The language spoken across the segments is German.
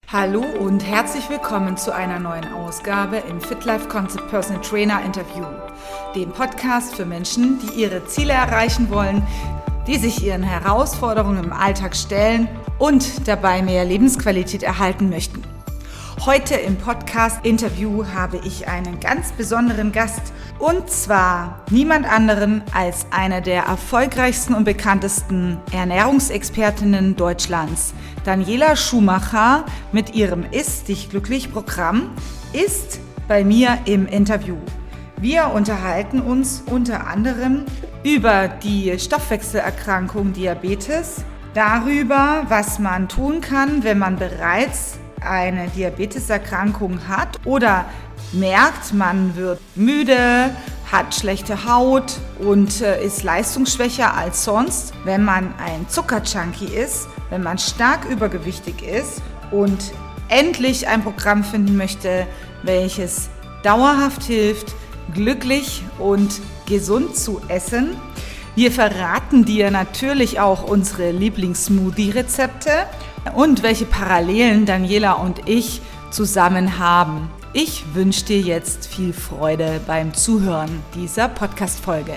Hallo und herzlich willkommen zu einer neuen Ausgabe im FitLife Concept Personal Trainer Interview, dem Podcast für Menschen, die ihre Ziele erreichen wollen, die sich ihren Herausforderungen im Alltag stellen und dabei mehr Lebensqualität erhalten möchten. Heute im Podcast-Interview habe ich einen ganz besonderen Gast, und zwar niemand anderen als eine der erfolgreichsten und bekanntesten Ernährungsexpertinnen Deutschlands. Daniela Schumacher mit ihrem Ist dich glücklich Programm ist bei mir im Interview. Wir unterhalten uns unter anderem über die Stoffwechselerkrankung Diabetes, darüber, was man tun kann, wenn man bereits eine Diabeteserkrankung hat oder merkt, man wird müde, hat schlechte Haut und ist leistungsschwächer als sonst, wenn man ein Zuckerjunkie ist, wenn man stark übergewichtig ist und endlich ein Programm finden möchte, welches dauerhaft hilft, glücklich und gesund zu essen. Wir verraten dir natürlich auch unsere Lieblings-Smoothie-Rezepte und welche Parallelen Daniela und ich zusammen haben. Ich wünsche dir jetzt viel Freude beim Zuhören dieser Podcast-Folge.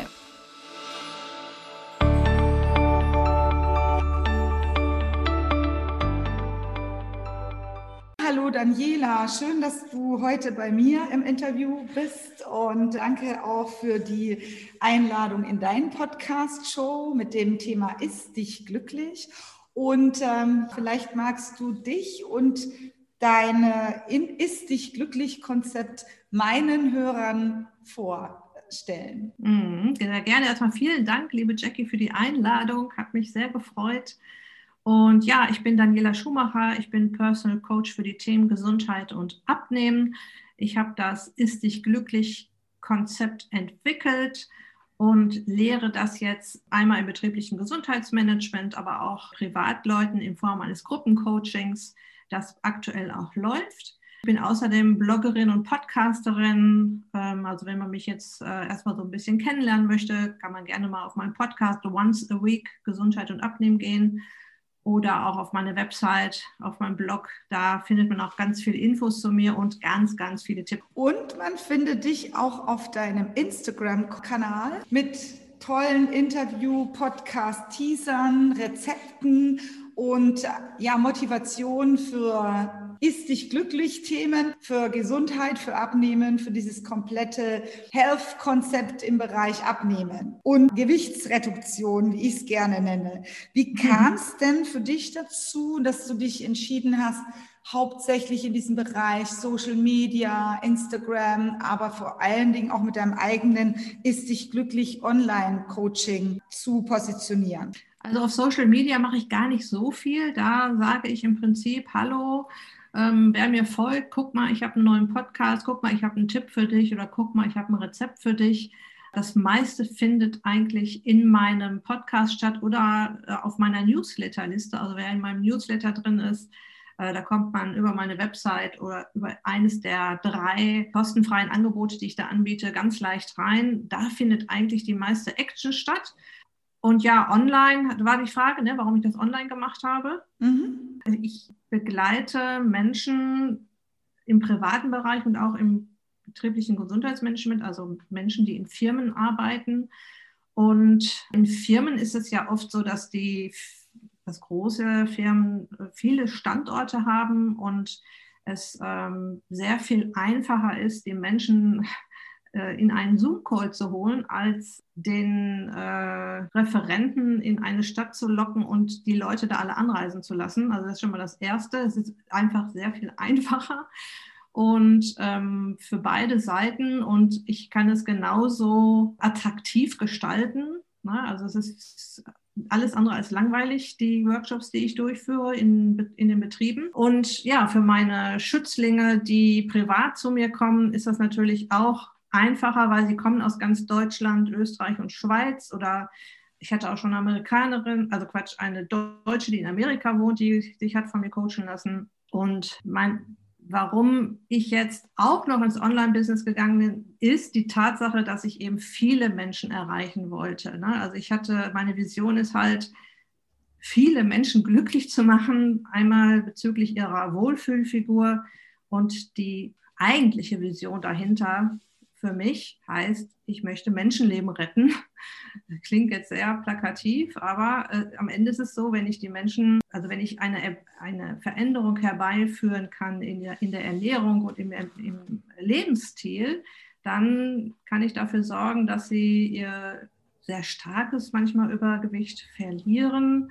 Hallo Daniela, schön, dass du heute bei mir im Interview bist und danke auch für die Einladung in deinen Podcast-Show mit dem Thema Ist dich glücklich? Und vielleicht magst du dich und deine Ist dich glücklich Konzept meinen Hörern vorstellen. Sehr gerne. Erstmal vielen Dank, liebe Jackie, für die Einladung. Hat mich sehr gefreut. Und ja, ich bin Daniela Schumacher. Ich bin Personal Coach für die Themen Gesundheit und Abnehmen. Ich habe das Ist dich glücklich Konzept entwickelt und lehre das jetzt einmal im betrieblichen Gesundheitsmanagement, aber auch Privatleuten in Form eines Gruppencoachings, das aktuell auch läuft. Ich bin außerdem Bloggerin und Podcasterin. Also wenn man mich jetzt erstmal so ein bisschen kennenlernen möchte, kann man gerne mal auf meinen Podcast Once a Week Gesundheit und Abnehmen gehen oder auch auf meine Website, auf meinem Blog. Da findet man auch ganz viele Infos zu mir und ganz, ganz viele Tipps. Und man findet dich auch auf deinem Instagram-Kanal mit tollen Interview-Podcast-Teasern, Rezepten und ja, Motivation für Ist dich glücklich Themen, für Gesundheit, für Abnehmen, für dieses komplette Health-Konzept im Bereich Abnehmen und Gewichtsreduktion, wie ich es gerne nenne. Wie kam es denn für dich dazu, dass du dich entschieden hast, hauptsächlich in diesem Bereich Social Media, Instagram, aber vor allen Dingen auch mit deinem eigenen Ist dich glücklich Online-Coaching zu positionieren? Also auf Social Media mache ich gar nicht so viel. Da sage ich im Prinzip, hallo, wer mir folgt, guck mal, ich habe einen neuen Podcast, guck mal, ich habe einen Tipp für dich oder guck mal, ich habe ein Rezept für dich. Das meiste findet eigentlich in meinem Podcast statt oder auf meiner Newsletterliste. Also wer in meinem Newsletter drin ist, da kommt man über meine Website oder über eines der 3 kostenfreien Angebote, die ich da anbiete, ganz leicht rein. Da findet eigentlich die meiste Action statt. Und ja, online war die Frage, ne, warum ich das online gemacht habe. Also ich begleite Menschen im privaten Bereich und auch im betrieblichen Gesundheitsmanagement, also Menschen, die in Firmen arbeiten. Und in Firmen ist es ja oft so, dass große Firmen viele Standorte haben und es sehr viel einfacher ist, die Menschen in einen Zoom-Call zu holen, als den Referenten in eine Stadt zu locken und die Leute da alle anreisen zu lassen. Also das ist schon mal das Erste. Es ist einfach sehr viel einfacher und für beide Seiten, und ich kann es genauso attraktiv gestalten. Ne? Also es ist alles andere als langweilig, die Workshops, die ich durchführe in den Betrieben. Und ja, für meine Schützlinge, die privat zu mir kommen, ist das natürlich auch einfacher, weil sie kommen aus ganz Deutschland, Österreich und Schweiz, oder ich hatte auch schon eine eine Deutsche, die in Amerika wohnt, die sich hat von mir coachen lassen. Und warum ich jetzt auch noch ins Online-Business gegangen bin, ist die Tatsache, dass ich eben viele Menschen erreichen wollte. Ne? Also meine Vision ist halt, viele Menschen glücklich zu machen, einmal bezüglich ihrer Wohlfühlfigur, und die eigentliche Vision dahinter für mich heißt, ich möchte Menschenleben retten. Das klingt jetzt sehr plakativ, aber am Ende ist es so, wenn ich die Menschen, also wenn ich eine Veränderung herbeiführen kann in der Ernährung und im Lebensstil, dann kann ich dafür sorgen, dass sie ihr sehr starkes manchmal Übergewicht verlieren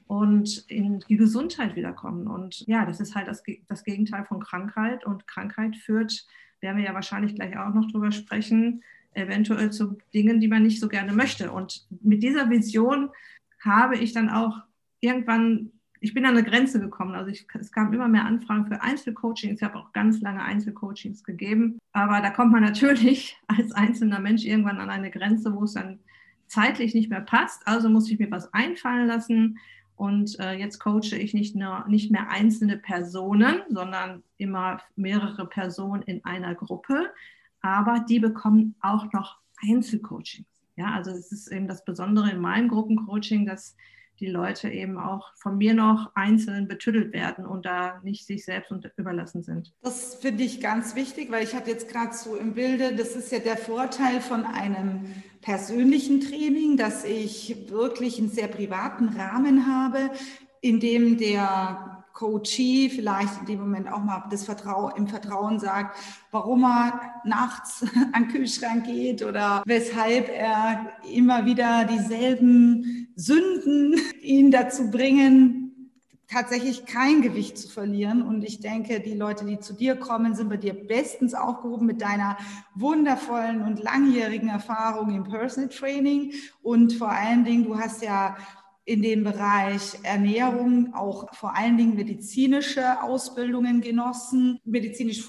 und in die Gesundheit wiederkommen. Und ja, das ist halt das Gegenteil von Krankheit. Und Krankheit führt, werden wir ja wahrscheinlich gleich auch noch drüber sprechen, eventuell zu Dingen, die man nicht so gerne möchte. Und mit dieser Vision habe ich dann auch irgendwann, ich bin an eine Grenze gekommen. Also es kamen immer mehr Anfragen für Einzelcoachings. Ich habe auch ganz lange Einzelcoachings gegeben. Aber da kommt man natürlich als einzelner Mensch irgendwann an eine Grenze, wo es dann zeitlich nicht mehr passt. Also muss ich mir was einfallen lassen. Und jetzt coache ich nicht mehr einzelne Personen, sondern immer mehrere Personen in einer Gruppe. Aber die bekommen auch noch Einzelcoachings. Ja, also es ist eben das Besondere in meinem Gruppencoaching, dass die Leute eben auch von mir noch einzeln betüdelt werden und da nicht sich selbst überlassen sind. Das finde ich ganz wichtig, weil ich habe jetzt gerade so im Bilde, das ist ja der Vorteil von einem persönlichen Training, dass ich wirklich einen sehr privaten Rahmen habe, in dem der Coachee vielleicht in dem Moment auch mal im Vertrauen sagt, warum er nachts an den Kühlschrank geht oder weshalb er immer wieder dieselben Sünden ihn dazu bringen, tatsächlich kein Gewicht zu verlieren. Und ich denke, die Leute, die zu dir kommen, sind bei dir bestens aufgehoben mit deiner wundervollen und langjährigen Erfahrung im Personal Training. Und vor allen Dingen, du hast ja in dem Bereich Ernährung auch vor allen Dingen medizinische Ausbildungen genossen, medizinisch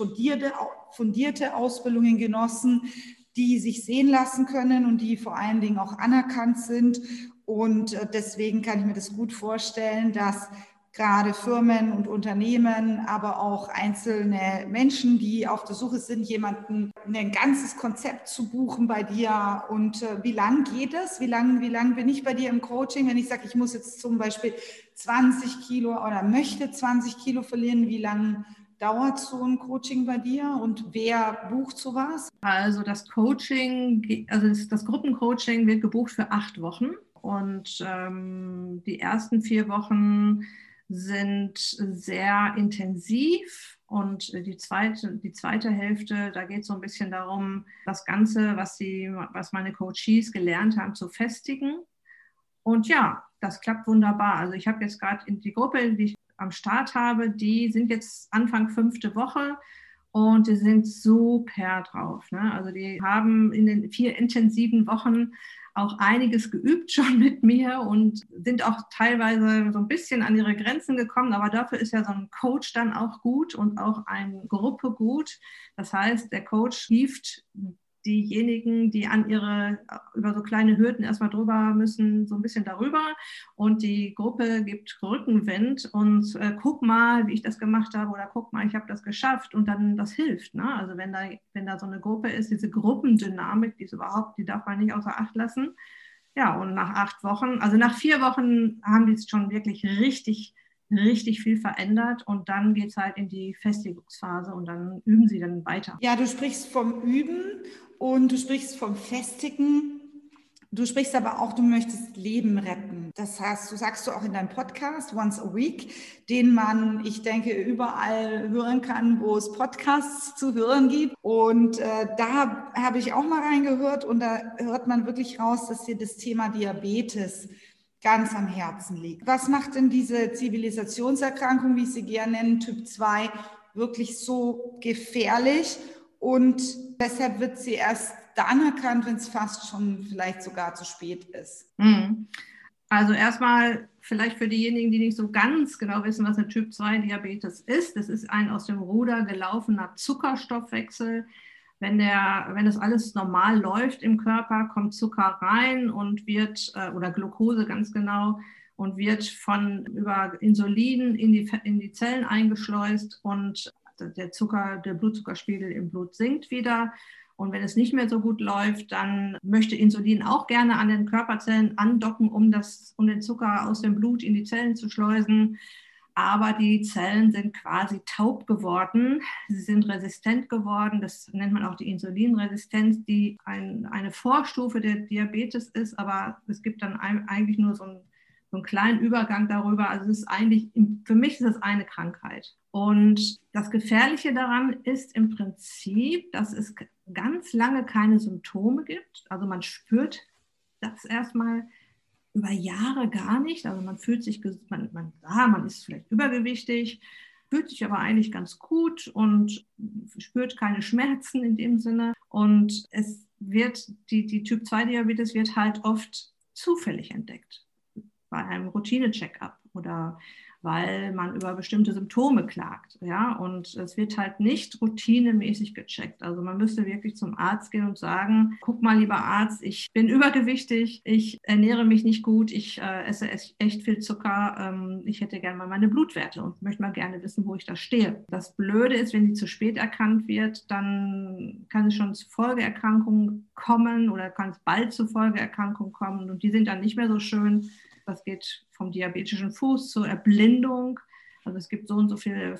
fundierte Ausbildungen genossen, die sich sehen lassen können und die vor allen Dingen auch anerkannt sind. Und deswegen kann ich mir das gut vorstellen, dass gerade Firmen und Unternehmen, aber auch einzelne Menschen, die auf der Suche sind, ein ganzes Konzept zu buchen bei dir. Und wie lang geht es? Wie lang bin ich bei dir im Coaching? Wenn ich sage, ich muss jetzt zum Beispiel 20 Kilo oder möchte 20 Kilo verlieren, wie lang dauert so ein Coaching bei dir und wer bucht sowas? Also das Coaching, also das Gruppencoaching wird gebucht für 8 Wochen und die ersten 4 Wochen sind sehr intensiv und die zweite Hälfte, da geht es so ein bisschen darum, das Ganze, was meine Coaches gelernt haben, zu festigen. Und ja, das klappt wunderbar. Also ich habe jetzt gerade in die Gruppe, die ich am Start habe, die sind jetzt Anfang 5. Woche und die sind super drauf. Ne? Also die haben in den 4 intensiven Wochen auch einiges geübt schon mit mir und sind auch teilweise so ein bisschen an ihre Grenzen gekommen, aber dafür ist ja so ein Coach dann auch gut und auch eine Gruppe gut. Das heißt, der Coach hilft diejenigen, die über so kleine Hürden erstmal drüber müssen, so ein bisschen darüber, und die Gruppe gibt Rückenwind und guck mal, wie ich das gemacht habe, oder guck mal, ich habe das geschafft, und dann das hilft. Ne? Also wenn da so eine Gruppe ist, diese Gruppendynamik, die darf man nicht außer Acht lassen. Ja, und nach 8 Wochen, also nach 4 Wochen haben die es schon wirklich richtig viel verändert, und dann geht es halt in die Festigungsphase und dann üben sie dann weiter. Ja, du sprichst vom Üben und du sprichst vom Festigen. Du sprichst aber auch, du möchtest Leben retten. Das heißt, du sagst auch in deinem Podcast Once a Week, den man, ich denke, überall hören kann, wo es Podcasts zu hören gibt. Und da habe ich auch mal reingehört und da hört man wirklich raus, dass dir das Thema Diabetes ganz am Herzen liegt. Was macht denn diese Zivilisationserkrankung, wie ich sie gerne nenne, Typ 2, wirklich so gefährlich? Und deshalb wird sie erst dann erkannt, wenn es fast schon vielleicht sogar zu spät ist. Also erstmal vielleicht für diejenigen, die nicht so ganz genau wissen, was eine Typ-2-Diabetes ist. Das ist ein aus dem Ruder gelaufener Zuckerstoffwechsel. Wenn das alles normal läuft im Körper, kommt Zucker rein und oder Glucose ganz genau, und wird über Insulin in die Zellen eingeschleust, und der Blutzuckerspiegel im Blut sinkt wieder. Und wenn es nicht mehr so gut läuft, dann möchte Insulin auch gerne an den Körperzellen andocken, um den Zucker aus dem Blut in die Zellen zu schleusen. Aber die Zellen sind quasi taub geworden. Sie sind resistent geworden. Das nennt man auch die Insulinresistenz, die eine Vorstufe der Diabetes ist. Aber es gibt dann eigentlich nur so einen kleinen Übergang darüber. Also es ist eigentlich, für mich ist es eine Krankheit. Und das Gefährliche daran ist im Prinzip, dass es ganz lange keine Symptome gibt. Also man spürt das erstmal über Jahre gar nicht. Also man fühlt sich, man ist vielleicht übergewichtig, fühlt sich aber eigentlich ganz gut und spürt keine Schmerzen in dem Sinne. Und es wird, die Typ-2-Diabetes wird halt oft zufällig entdeckt bei einem Routine-Check-up oder weil man über bestimmte Symptome klagt. Ja? Und es wird halt nicht routinemäßig gecheckt. Also man müsste wirklich zum Arzt gehen und sagen, guck mal, lieber Arzt, ich bin übergewichtig, ich ernähre mich nicht gut, ich esse echt viel Zucker, ich hätte gerne mal meine Blutwerte und möchte mal gerne wissen, wo ich da stehe. Das Blöde ist, wenn die zu spät erkannt wird, dann kann es schon zu Folgeerkrankungen kommen oder kann es bald zu Folgeerkrankungen kommen und die sind dann nicht mehr so schön. Das geht vom diabetischen Fuß zur Erblindung. Also es gibt so und so viele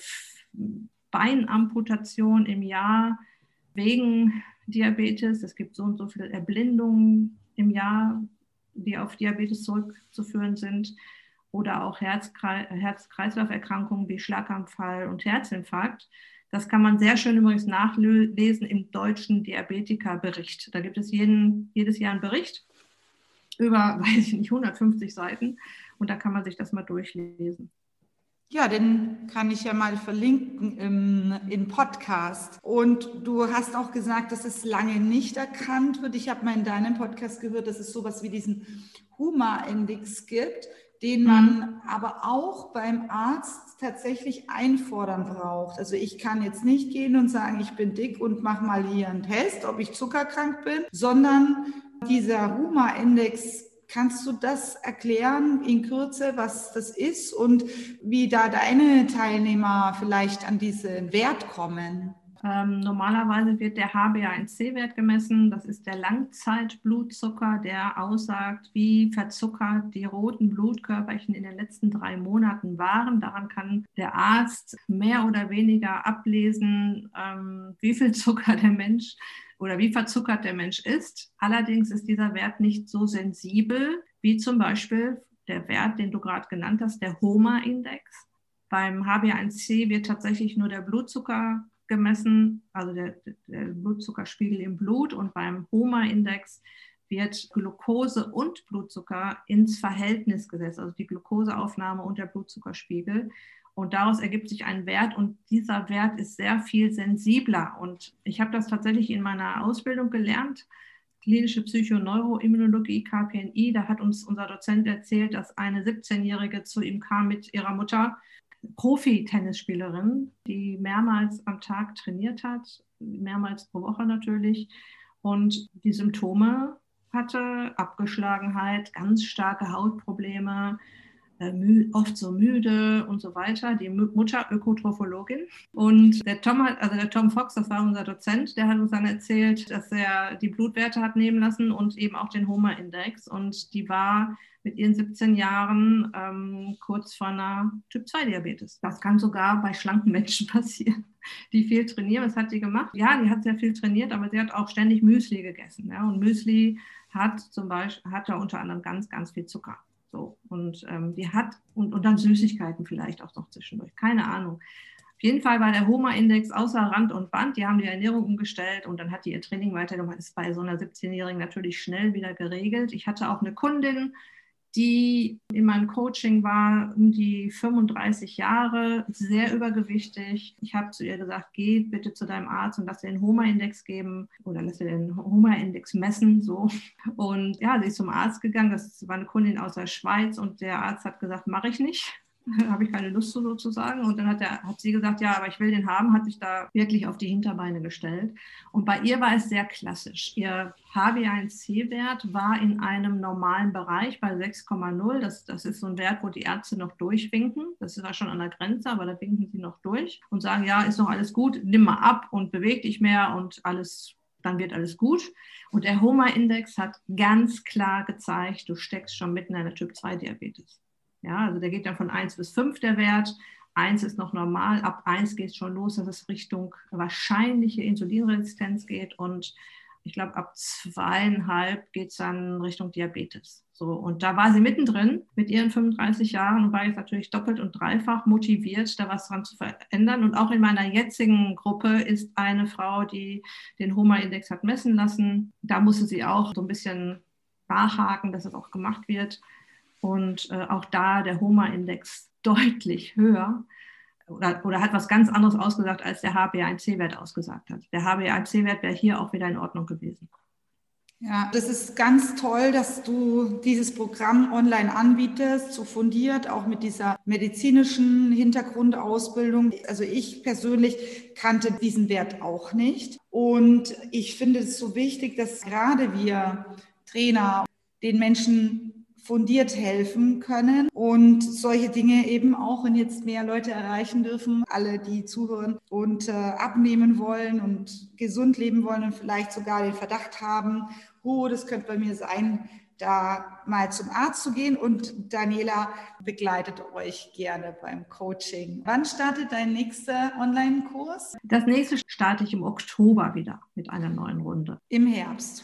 Beinamputationen im Jahr wegen Diabetes. Es gibt so und so viele Erblindungen im Jahr, die auf Diabetes zurückzuführen sind. Oder auch Herz-Kreislauf-Erkrankungen wie Schlaganfall und Herzinfarkt. Das kann man sehr schön übrigens nachlesen im deutschen Diabetikerbericht. Da gibt es jedes Jahr einen Bericht über, weiß ich nicht, 150 Seiten und da kann man sich das mal durchlesen. Ja, den kann ich ja mal verlinken im Podcast. Und du hast auch gesagt, dass es lange nicht erkannt wird. Ich habe mal in deinem Podcast gehört, dass es sowas wie diesen HUMA-Index gibt, den man aber auch beim Arzt tatsächlich einfordern braucht. Also ich kann jetzt nicht gehen und sagen, ich bin dick und mach mal hier einen Test, ob ich zuckerkrank bin, sondern dieser HUMA-Index, kannst du das erklären in Kürze, was das ist und wie da deine Teilnehmer vielleicht an diesen Wert kommen? Normalerweise wird der HbA1c-Wert gemessen. Das ist der Langzeitblutzucker, der aussagt, wie verzuckert die roten Blutkörperchen in den letzten 3 Monaten waren. Daran kann der Arzt mehr oder weniger ablesen, wie viel Zucker der Mensch oder wie verzuckert der Mensch ist. Allerdings ist dieser Wert nicht so sensibel wie zum Beispiel der Wert, den du gerade genannt hast, der HOMA-Index. Beim HbA1c wird tatsächlich nur der Blutzucker gemessen, also der Blutzuckerspiegel im Blut, und beim HOMA-Index wird Glucose und Blutzucker ins Verhältnis gesetzt, also die Glukoseaufnahme und der Blutzuckerspiegel. Und daraus ergibt sich ein Wert und dieser Wert ist sehr viel sensibler. Und ich habe das tatsächlich in meiner Ausbildung gelernt, klinische Psychoneuroimmunologie, KPNI. Da hat uns unser Dozent erzählt, dass eine 17-Jährige zu ihm kam mit ihrer Mutter, Profi-Tennisspielerin, die mehrmals am Tag trainiert hat, mehrmals pro Woche natürlich, und die Symptome hatte, Abgeschlagenheit, ganz starke Hautprobleme, oft so müde und so weiter. Die Mutter Ökotrophologin. Und der Tom Fox, das war unser Dozent, der hat uns dann erzählt, dass er die Blutwerte hat nehmen lassen und eben auch den HOMA-Index. Und die war mit ihren 17 Jahren kurz vor einer Typ-2-Diabetes. Das kann sogar bei schlanken Menschen passieren, die viel trainieren. Was hat sie gemacht? Ja, die hat sehr viel trainiert, aber sie hat auch ständig Müsli gegessen. Ja? Und Müsli hat da unter anderem ganz, ganz viel Zucker. So, und die hat, und dann Süßigkeiten vielleicht auch noch zwischendurch, keine Ahnung. Auf jeden Fall war der HOMA-Index außer Rand und Band, die haben die Ernährung umgestellt und dann hat die ihr Training weitergemacht. Das ist bei so einer 17-Jährigen natürlich schnell wieder geregelt. Ich hatte auch eine Kundin, die in meinem Coaching war, um die 35 Jahre, sehr übergewichtig. Ich habe zu ihr gesagt, geh bitte zu deinem Arzt und lass dir den HOMA-Index geben oder lass dir den HOMA-Index messen. So. Und ja, sie ist zum Arzt gegangen, das war eine Kundin aus der Schweiz und der Arzt hat gesagt, mache ich nicht. Habe ich keine Lust zu sozusagen. Und dann hat sie gesagt, ja, aber ich will den haben, hat sich da wirklich auf die Hinterbeine gestellt. Und bei ihr war es sehr klassisch. Ihr HbA1c-Wert war in einem normalen Bereich bei 6,0. Das ist so ein Wert, wo die Ärzte noch durchwinken. Das war schon an der Grenze, aber da winken sie noch durch und sagen, ja, ist noch alles gut, nimm mal ab und beweg dich mehr und alles dann wird alles gut. Und der HOMA-Index hat ganz klar gezeigt, du steckst schon mitten in einer Typ-2-Diabetes. Ja, also der geht dann von 1 bis 5 der Wert. 1 ist noch normal, ab 1 geht es schon los, dass es Richtung wahrscheinliche Insulinresistenz geht und ich glaube, ab 2,5 geht es dann Richtung Diabetes. So, und da war sie mittendrin mit ihren 35 Jahren und war jetzt natürlich doppelt und dreifach motiviert, da was dran zu verändern. Und auch in meiner jetzigen Gruppe ist eine Frau, die den HOMA-Index hat messen lassen. Da musste sie auch so ein bisschen nachhaken, dass es auch gemacht wird. Und auch da der HOMA-Index deutlich höher. Oder hat was ganz anderes ausgesagt, als der HbA1c-Wert ausgesagt hat. Der HbA1c-Wert wäre hier auch wieder in Ordnung gewesen. Ja, das ist ganz toll, dass du dieses Programm online anbietest, so fundiert, auch mit dieser medizinischen Hintergrundausbildung. Also ich persönlich kannte diesen Wert auch nicht. Und ich finde es so wichtig, dass gerade wir Trainer den Menschen fundiert helfen können und solche Dinge eben auch, wenn jetzt mehr Leute erreichen dürfen, alle, die zuhören und abnehmen wollen und gesund leben wollen und vielleicht sogar den Verdacht haben, das könnte bei mir sein, da mal zum Arzt zu gehen. Und Daniela begleitet euch gerne beim Coaching. Wann startet dein nächster Online-Kurs? Das nächste starte ich im Oktober wieder mit einer neuen Runde. Im Herbst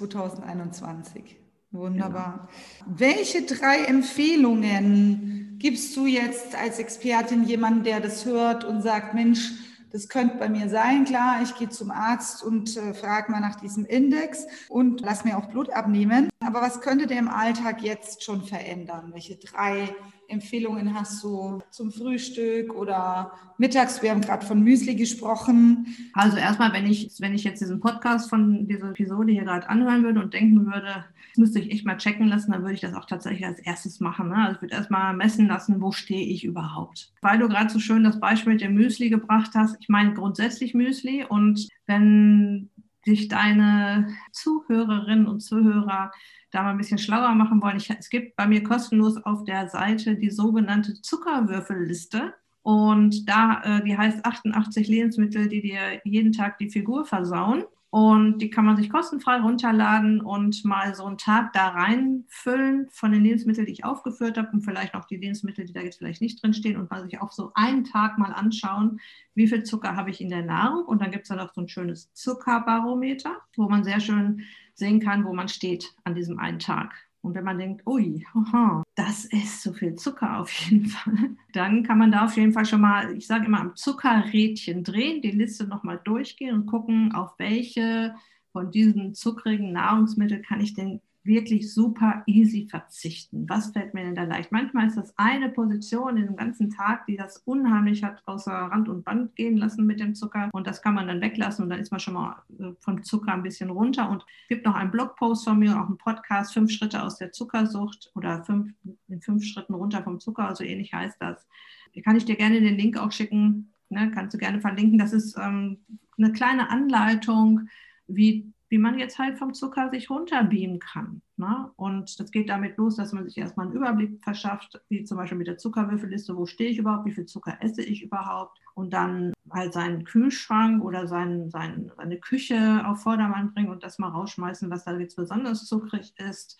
2021. Wunderbar. Genau. Welche 3 Empfehlungen gibst du jetzt als Expertin jemandem, der das hört und sagt, Mensch, das könnte bei mir sein, klar, ich gehe zum Arzt und frage mal nach diesem Index und lass mir auch Blut abnehmen. Aber was könnte der im Alltag jetzt schon verändern? Welche 3 Empfehlungen hast du zum Frühstück oder mittags? Wir haben gerade von Müsli gesprochen. Also erstmal, wenn ich jetzt diesen Podcast von dieser Episode hier gerade anhören würde und denken würde, das müsste ich echt mal checken lassen, dann würde ich das auch tatsächlich als erstes machen. Ne? Also ich würde erstmal messen lassen, wo stehe ich überhaupt. Weil du gerade so schön das Beispiel mit dem Müsli gebracht hast, ich meine grundsätzlich Müsli, und wenn sich deine Zuhörerinnen und Zuhörer da mal ein bisschen schlauer machen wollen, es gibt bei mir kostenlos auf der Seite die sogenannte Zuckerwürfelliste. Und die heißt 88 Lebensmittel, die dir jeden Tag die Figur versauen. Und die kann man sich kostenfrei runterladen und mal so einen Tag da reinfüllen von den Lebensmitteln, die ich aufgeführt habe, und vielleicht auch die Lebensmittel, die da jetzt vielleicht nicht drinstehen, und mal sich auch so einen Tag mal anschauen, wie viel Zucker habe ich in der Nahrung. Und dann gibt es dann auch so ein schönes Zuckerbarometer, wo man sehr schön sehen kann, wo man steht an diesem einen Tag. Und wenn man denkt, ui, das ist so viel Zucker auf jeden Fall, dann kann man da auf jeden Fall schon mal, ich sage immer, am Zuckerrädchen drehen, die Liste nochmal durchgehen und gucken, auf welche von diesen zuckrigen Nahrungsmitteln kann ich denn wirklich super easy verzichten. Was fällt mir denn da leicht? Manchmal ist das eine Position in dem ganzen Tag, die das unheimlich hat außer Rand und Band gehen lassen mit dem Zucker, und das kann man dann weglassen und dann ist man schon mal vom Zucker ein bisschen runter. Und es gibt noch einen Blogpost von mir, auch einen Podcast, 5 Schritte aus der Zuckersucht oder 5 Schritten runter vom Zucker, also ähnlich heißt das. Kann ich dir gerne den Link auch schicken, ne? Kannst du gerne verlinken. Das ist eine kleine Anleitung, wie man jetzt halt vom Zucker sich runterbeamen kann. Ne? Und das geht damit los, dass man sich erstmal einen Überblick verschafft, wie zum Beispiel mit der Zuckerwürfelliste, wo stehe ich überhaupt, wie viel Zucker esse ich überhaupt, und dann halt seinen Kühlschrank oder seine Küche auf Vordermann bringen und das mal rausschmeißen, was da jetzt besonders zuckrig ist,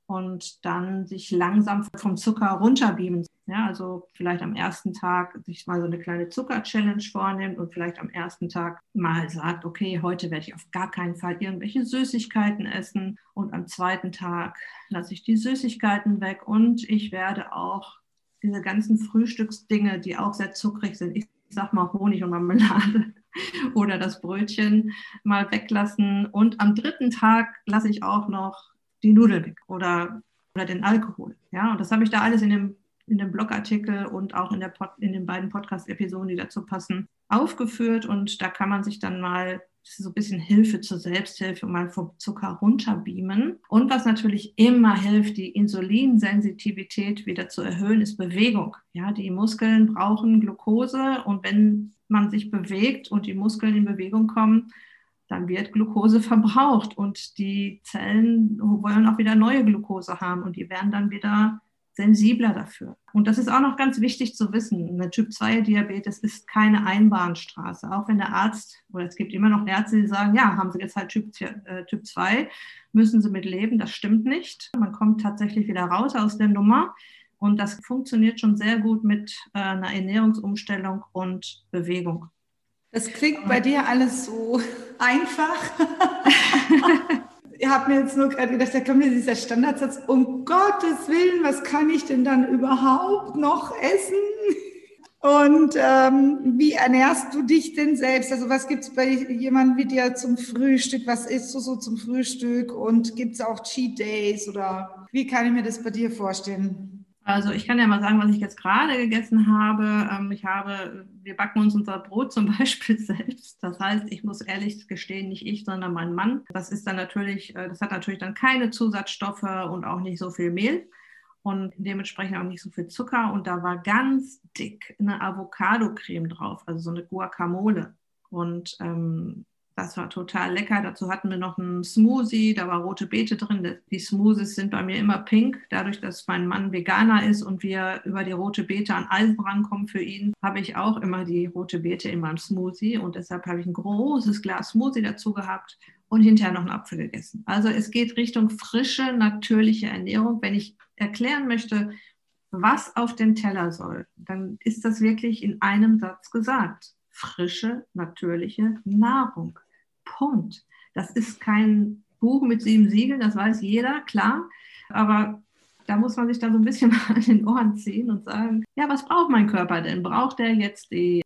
und dann sich langsam vom Zucker runterbeamen. Ja, also vielleicht am ersten Tag sich mal so eine kleine Zucker-Challenge vornimmt und vielleicht am ersten Tag mal sagt, okay, heute werde ich auf gar keinen Fall irgendwelche Süßigkeiten essen, und am zweiten Tag lasse ich die Süßigkeiten weg und ich werde auch diese ganzen Frühstücksdinge, die auch sehr zuckrig sind, ich sag mal Honig und Marmelade oder das Brötchen, mal weglassen, und am dritten Tag lasse ich auch noch die Nudeln weg oder den Alkohol. Ja, und das habe ich da alles in dem Blogartikel und auch in den beiden Podcast-Episoden, die dazu passen, aufgeführt. Und da kann man sich dann mal, das ist so ein bisschen Hilfe zur Selbsthilfe, mal vom Zucker runterbeamen. Und was natürlich immer hilft, die Insulinsensitivität wieder zu erhöhen, ist Bewegung. Ja, die Muskeln brauchen Glucose, und wenn man sich bewegt und die Muskeln in Bewegung kommen, dann wird Glucose verbraucht und die Zellen wollen auch wieder neue Glucose haben und die werden dann wieder sensibler dafür. Und das ist auch noch ganz wichtig zu wissen. Eine Typ-2-Diabetes ist keine Einbahnstraße. Auch wenn der Arzt, oder es gibt immer noch Ärzte, die sagen, ja, haben Sie jetzt halt Typ 2, müssen Sie mit leben. Das stimmt nicht. Man kommt tatsächlich wieder raus aus der Nummer. Und das funktioniert schon sehr gut mit einer Ernährungsumstellung und Bewegung. Das klingt bei dir alles so einfach. Ich habe mir jetzt nur gerade gedacht, da kommt mir dieser Standardsatz, um Gottes Willen, was kann ich denn dann überhaupt noch essen? Und wie ernährst du dich denn selbst? Also was gibt es bei jemandem wie dir zum Frühstück? Was isst du so zum Frühstück? Und gibt es auch Cheat Days? Oder wie kann ich mir das bei dir vorstellen? Also ich kann ja mal sagen, was ich jetzt gerade gegessen habe. Wir backen uns unser Brot zum Beispiel selbst. Das heißt, ich muss ehrlich gestehen, nicht ich, sondern mein Mann. Das hat natürlich dann keine Zusatzstoffe und auch nicht so viel Mehl und dementsprechend auch nicht so viel Zucker. Und da war ganz dick eine Avocado-Creme drauf, also so eine Guacamole. Und das war total lecker. Dazu hatten wir noch einen Smoothie, da war rote Beete drin. Die Smoothies sind bei mir immer pink. Dadurch, dass mein Mann Veganer ist und wir über die rote Beete an Eisen rankommen für ihn, habe ich auch immer die rote Beete in meinem Smoothie. Und deshalb habe ich ein großes Glas Smoothie dazu gehabt und hinterher noch einen Apfel gegessen. Also es geht Richtung frische, natürliche Ernährung. Wenn ich erklären möchte, was auf den Teller soll, dann ist das wirklich in einem Satz gesagt. Frische, natürliche Nahrung. Punkt. Das ist kein Buch mit 7 Siegeln, das weiß jeder, klar. Aber da muss man sich dann so ein bisschen an den Ohren ziehen und sagen, ja, was braucht mein Körper denn? Braucht der jetzt die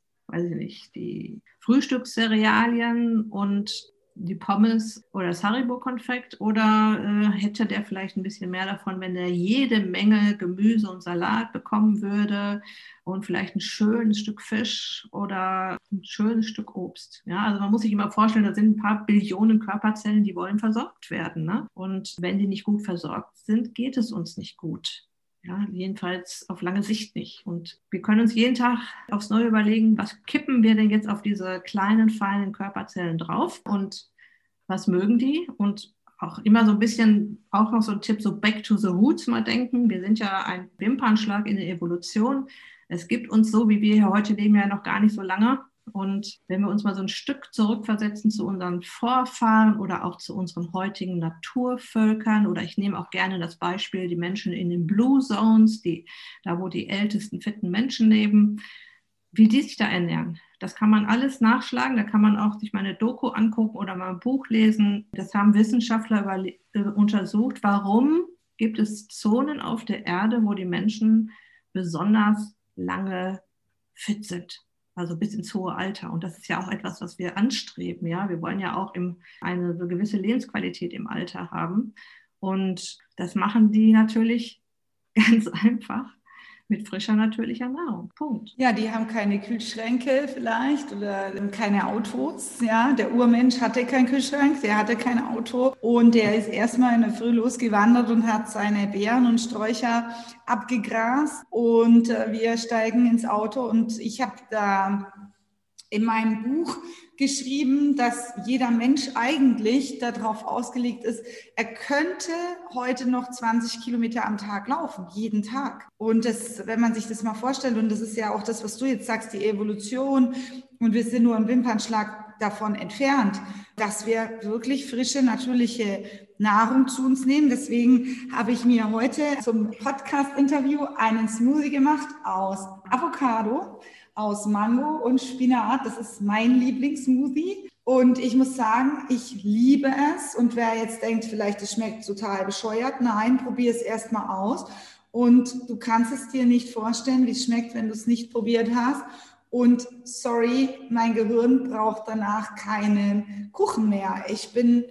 Frühstückscerealien und die Pommes oder das Haribo-Konfekt oder hätte der vielleicht ein bisschen mehr davon, wenn er jede Menge Gemüse und Salat bekommen würde und vielleicht ein schönes Stück Fisch oder ein schönes Stück Obst. Ja, also man muss sich immer vorstellen, da sind ein paar Billionen Körperzellen, die wollen versorgt werden. Ne? Und wenn die nicht gut versorgt sind, geht es uns nicht gut. Ja, jedenfalls auf lange Sicht nicht. Und wir können uns jeden Tag aufs Neue überlegen, was kippen wir denn jetzt auf diese kleinen, feinen Körperzellen drauf und was mögen die? Und auch immer so ein bisschen, auch noch so ein Tipp, so back to the roots mal denken. Wir sind ja ein Wimpernschlag in der Evolution. Es gibt uns so, wie wir hier heute leben, ja noch gar nicht so lange. Und wenn wir uns mal so ein Stück zurückversetzen zu unseren Vorfahren oder auch zu unseren heutigen Naturvölkern, oder ich nehme auch gerne das Beispiel, die Menschen in den Blue Zones, da wo die ältesten fitten Menschen leben, wie die sich da ernähren. Das kann man alles nachschlagen, da kann man auch sich mal eine Doku angucken oder mal ein Buch lesen. Das haben Wissenschaftler untersucht, warum gibt es Zonen auf der Erde, wo die Menschen besonders lange fit sind. Also bis ins hohe Alter. Und das ist ja auch etwas, was wir anstreben. Ja? Wir wollen ja auch eine so gewisse Lebensqualität im Alter haben. Und das machen die natürlich ganz einfach mit frischer, natürlicher Nahrung. Punkt. Ja, die haben keine Kühlschränke vielleicht oder keine Autos. Ja, der Urmensch hatte keinen Kühlschrank, der hatte kein Auto und der ist erstmal in der Früh losgewandert und hat seine Beeren und Sträucher abgegrast und wir steigen ins Auto und ich habe da in meinem Buch geschrieben, dass jeder Mensch eigentlich darauf ausgelegt ist, er könnte heute noch 20 Kilometer am Tag laufen, jeden Tag. Und das, wenn man sich das mal vorstellt, und das ist ja auch das, was du jetzt sagst, die Evolution, und wir sind nur einen Wimpernschlag davon entfernt, dass wir wirklich frische, natürliche Nahrung zu uns nehmen. Deswegen habe ich mir heute zum Podcast-Interview einen Smoothie gemacht aus Avocado, aus Mango und Spinat. Das ist mein Lieblingssmoothie. Und ich muss sagen, ich liebe es. Und wer jetzt denkt, vielleicht es schmeckt total bescheuert, nein, probier es erstmal aus. Und du kannst es dir nicht vorstellen, wie es schmeckt, wenn du es nicht probiert hast. Und sorry, mein Gehirn braucht danach keinen Kuchen mehr. Ich bin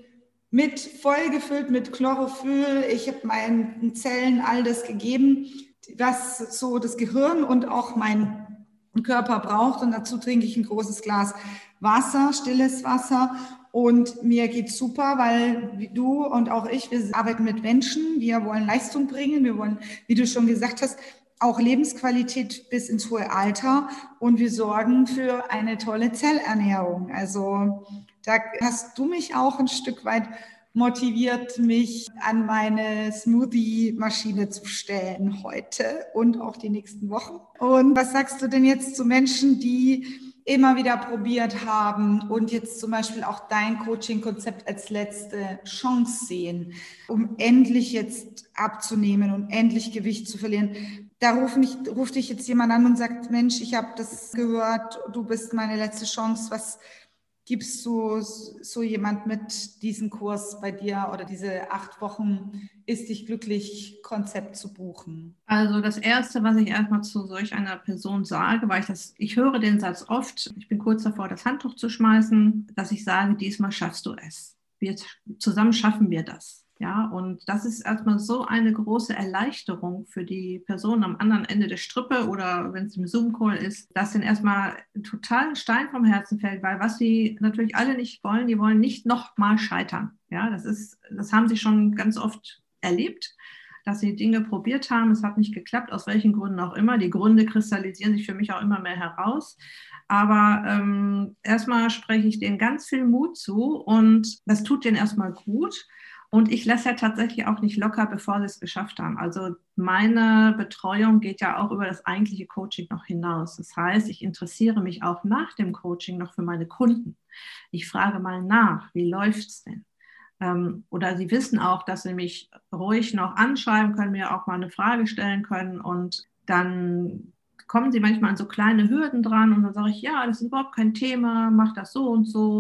voll gefüllt mit Chlorophyll. Ich habe meinen Zellen all das gegeben, was so das Gehirn und auch mein Körper braucht, und dazu trinke ich ein großes Glas Wasser, stilles Wasser, und mir geht's super, weil du und auch ich, wir arbeiten mit Menschen, wir wollen Leistung bringen, wir wollen, wie du schon gesagt hast, auch Lebensqualität bis ins hohe Alter, und wir sorgen für eine tolle Zellernährung. Also da hast du mich auch ein Stück weit motiviert mich, an meine Smoothie-Maschine zu stellen heute und auch die nächsten Wochen. Und was sagst du denn jetzt zu Menschen, die immer wieder probiert haben und jetzt zum Beispiel auch dein Coaching-Konzept als letzte Chance sehen, um endlich jetzt abzunehmen und endlich Gewicht zu verlieren? Da ruft dich jetzt jemand an und sagt, Mensch, ich habe das gehört, du bist meine letzte Chance. Was gibst du so jemand mit diesem Kurs bei dir oder diese 8 Wochen Ist dich glücklich Konzept zu buchen? Also das Erste, was ich erstmal zu solch einer Person sage, weil ich höre den Satz oft, ich bin kurz davor, das Handtuch zu schmeißen, dass ich sage, diesmal schaffst du es. Zusammen schaffen wir das. Ja, und das ist erstmal so eine große Erleichterung für die Person am anderen Ende der Strippe oder wenn es im Zoom-Call ist, dass ihnen erstmal total ein Stein vom Herzen fällt, weil was sie natürlich alle nicht wollen, die wollen nicht nochmal scheitern. Ja, das haben sie schon ganz oft erlebt, dass sie Dinge probiert haben, es hat nicht geklappt, aus welchen Gründen auch immer. Die Gründe kristallisieren sich für mich auch immer mehr heraus. Aber erstmal spreche ich denen ganz viel Mut zu und das tut denen erstmal gut. Und ich lasse ja tatsächlich auch nicht locker, bevor sie es geschafft haben. Also meine Betreuung geht ja auch über das eigentliche Coaching noch hinaus. Das heißt, ich interessiere mich auch nach dem Coaching noch für meine Kunden. Ich frage mal nach, wie läuft es denn? Oder sie wissen auch, dass sie mich ruhig noch anschreiben können, mir auch mal eine Frage stellen können und dann kommen sie manchmal an so kleine Hürden dran und dann sage ich, ja, das ist überhaupt kein Thema, mach das so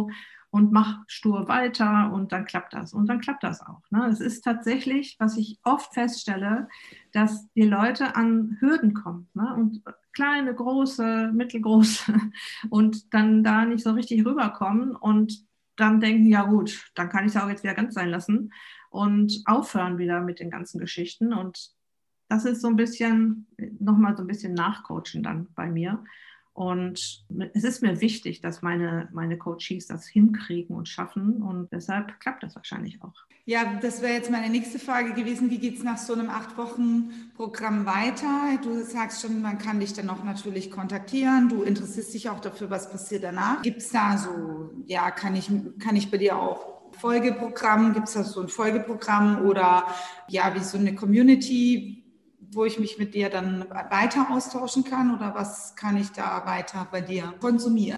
und mach stur weiter und dann klappt das. Und dann klappt das auch. Ne? Es ist tatsächlich, was ich oft feststelle, dass die Leute an Hürden kommen. Ne? Und kleine, große, mittelgroße und dann da nicht so richtig rüberkommen und dann denken, ja gut, dann kann ich es auch jetzt wieder ganz sein lassen und aufhören wieder mit den ganzen Geschichten. Und das ist so ein bisschen, nochmal so ein bisschen nachcoachen dann bei mir. Und es ist mir wichtig, dass meine Coaches das hinkriegen und schaffen. Und deshalb klappt das wahrscheinlich auch. Ja, das wäre jetzt meine nächste Frage gewesen. Wie geht es nach so einem 8-Wochen-Programm weiter? Du sagst schon, man kann dich dann auch natürlich kontaktieren. Du interessierst dich auch dafür, was passiert danach. Gibt es da so, ja, kann ich bei dir auch Folgeprogramm? Gibt es da so ein Folgeprogramm oder ja, wie so eine Community, wo ich mich mit dir dann weiter austauschen kann oder was kann ich da weiter bei dir konsumieren?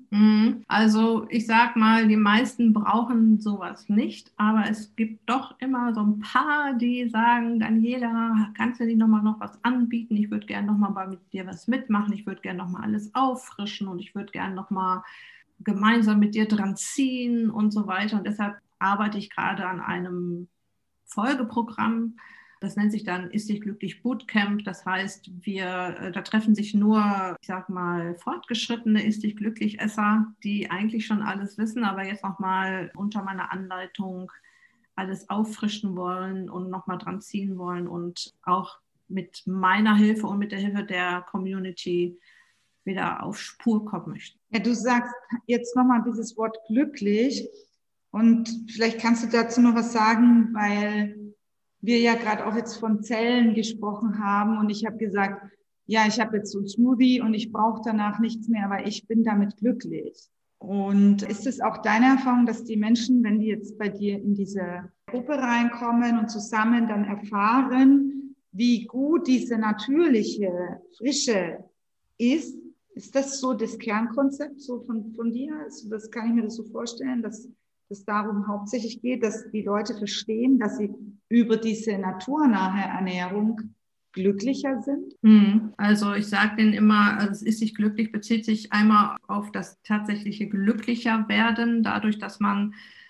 Also ich sag mal, die meisten brauchen sowas nicht, aber es gibt doch immer so ein paar, die sagen, Daniela, kannst du dir noch was anbieten? Ich würde gerne nochmal mit dir was mitmachen, ich würde gerne nochmal alles auffrischen und ich würde gerne nochmal gemeinsam mit dir dran ziehen und so weiter. Und deshalb arbeite ich gerade an einem Folgeprogramm. Das nennt sich dann Ist dich glücklich Bootcamp. Das heißt, da treffen sich nur, ich sag mal, fortgeschrittene Ist dich glücklich Esser, die eigentlich schon alles wissen, aber jetzt nochmal unter meiner Anleitung alles auffrischen wollen und nochmal dran ziehen wollen und auch mit meiner Hilfe und mit der Hilfe der Community wieder auf Spur kommen möchten. Ja, du sagst jetzt nochmal dieses Wort glücklich und vielleicht kannst du dazu noch was sagen, weil wir ja gerade auch jetzt von Zellen gesprochen haben und ich habe gesagt, ja, ich habe jetzt so ein Smoothie und ich brauche danach nichts mehr, aber ich bin damit glücklich. Und ist es auch deine Erfahrung, dass die Menschen, wenn die jetzt bei dir in diese Gruppe reinkommen und zusammen dann erfahren, wie gut diese natürliche Frische ist? Ist das so das Kernkonzept so von dir? Also das kann ich mir das so vorstellen, dass es darum hauptsächlich geht, dass die Leute verstehen, dass sie über diese naturnahe Ernährung glücklicher sind? Also ich sage denen immer, also es ist sich glücklich, bezieht sich einmal auf das tatsächliche glücklicher werden, dadurch, dass man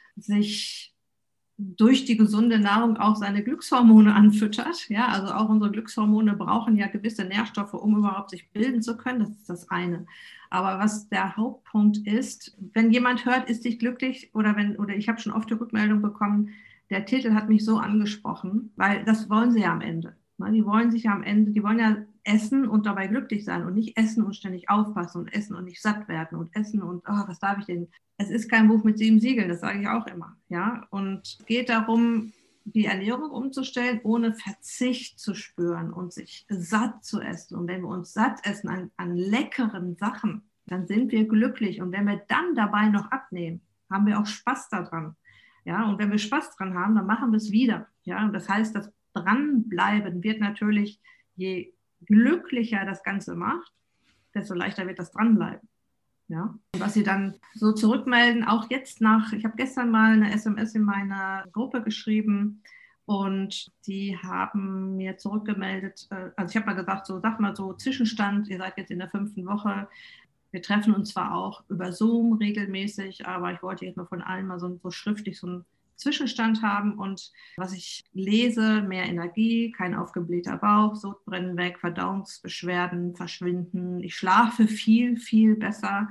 sich durch die gesunde Nahrung auch seine Glückshormone anfüttert. Ja, also auch unsere Glückshormone brauchen ja gewisse Nährstoffe, um überhaupt sich bilden zu können. Das ist das eine. Aber was der Hauptpunkt ist, wenn jemand hört, ist dich glücklich oder ich habe schon oft die Rückmeldung bekommen, der Titel hat mich so angesprochen, weil das wollen sie ja am Ende. Die wollen sich ja am Ende, die wollen ja essen und dabei glücklich sein und nicht essen und ständig aufpassen und essen und nicht satt werden und essen und was darf ich denn? Es ist kein Buch mit 7 Siegeln, das sage ich auch immer. Ja? Und es geht darum, die Ernährung umzustellen, ohne Verzicht zu spüren und sich satt zu essen. Und wenn wir uns satt essen an leckeren Sachen, dann sind wir glücklich. Und wenn wir dann dabei noch abnehmen, haben wir auch Spaß daran. Ja, und wenn wir Spaß dran haben, dann machen wir es wieder. Ja, und das heißt, das Dranbleiben wird natürlich, je glücklicher das Ganze macht, desto leichter wird das Dranbleiben. Ja. Und was Sie dann so zurückmelden, auch jetzt ich habe gestern mal eine SMS in meiner Gruppe geschrieben und die haben mir zurückgemeldet, also ich habe mal gesagt, so sag mal so Zwischenstand, ihr seid jetzt in der 5. Woche, wir treffen uns zwar auch über Zoom regelmäßig, aber ich wollte jetzt mal von allen mal so schriftlich so einen Zwischenstand haben und was ich lese, mehr Energie, kein aufgeblähter Bauch, Sodbrennen weg, Verdauungsbeschwerden verschwinden, ich schlafe viel, viel besser,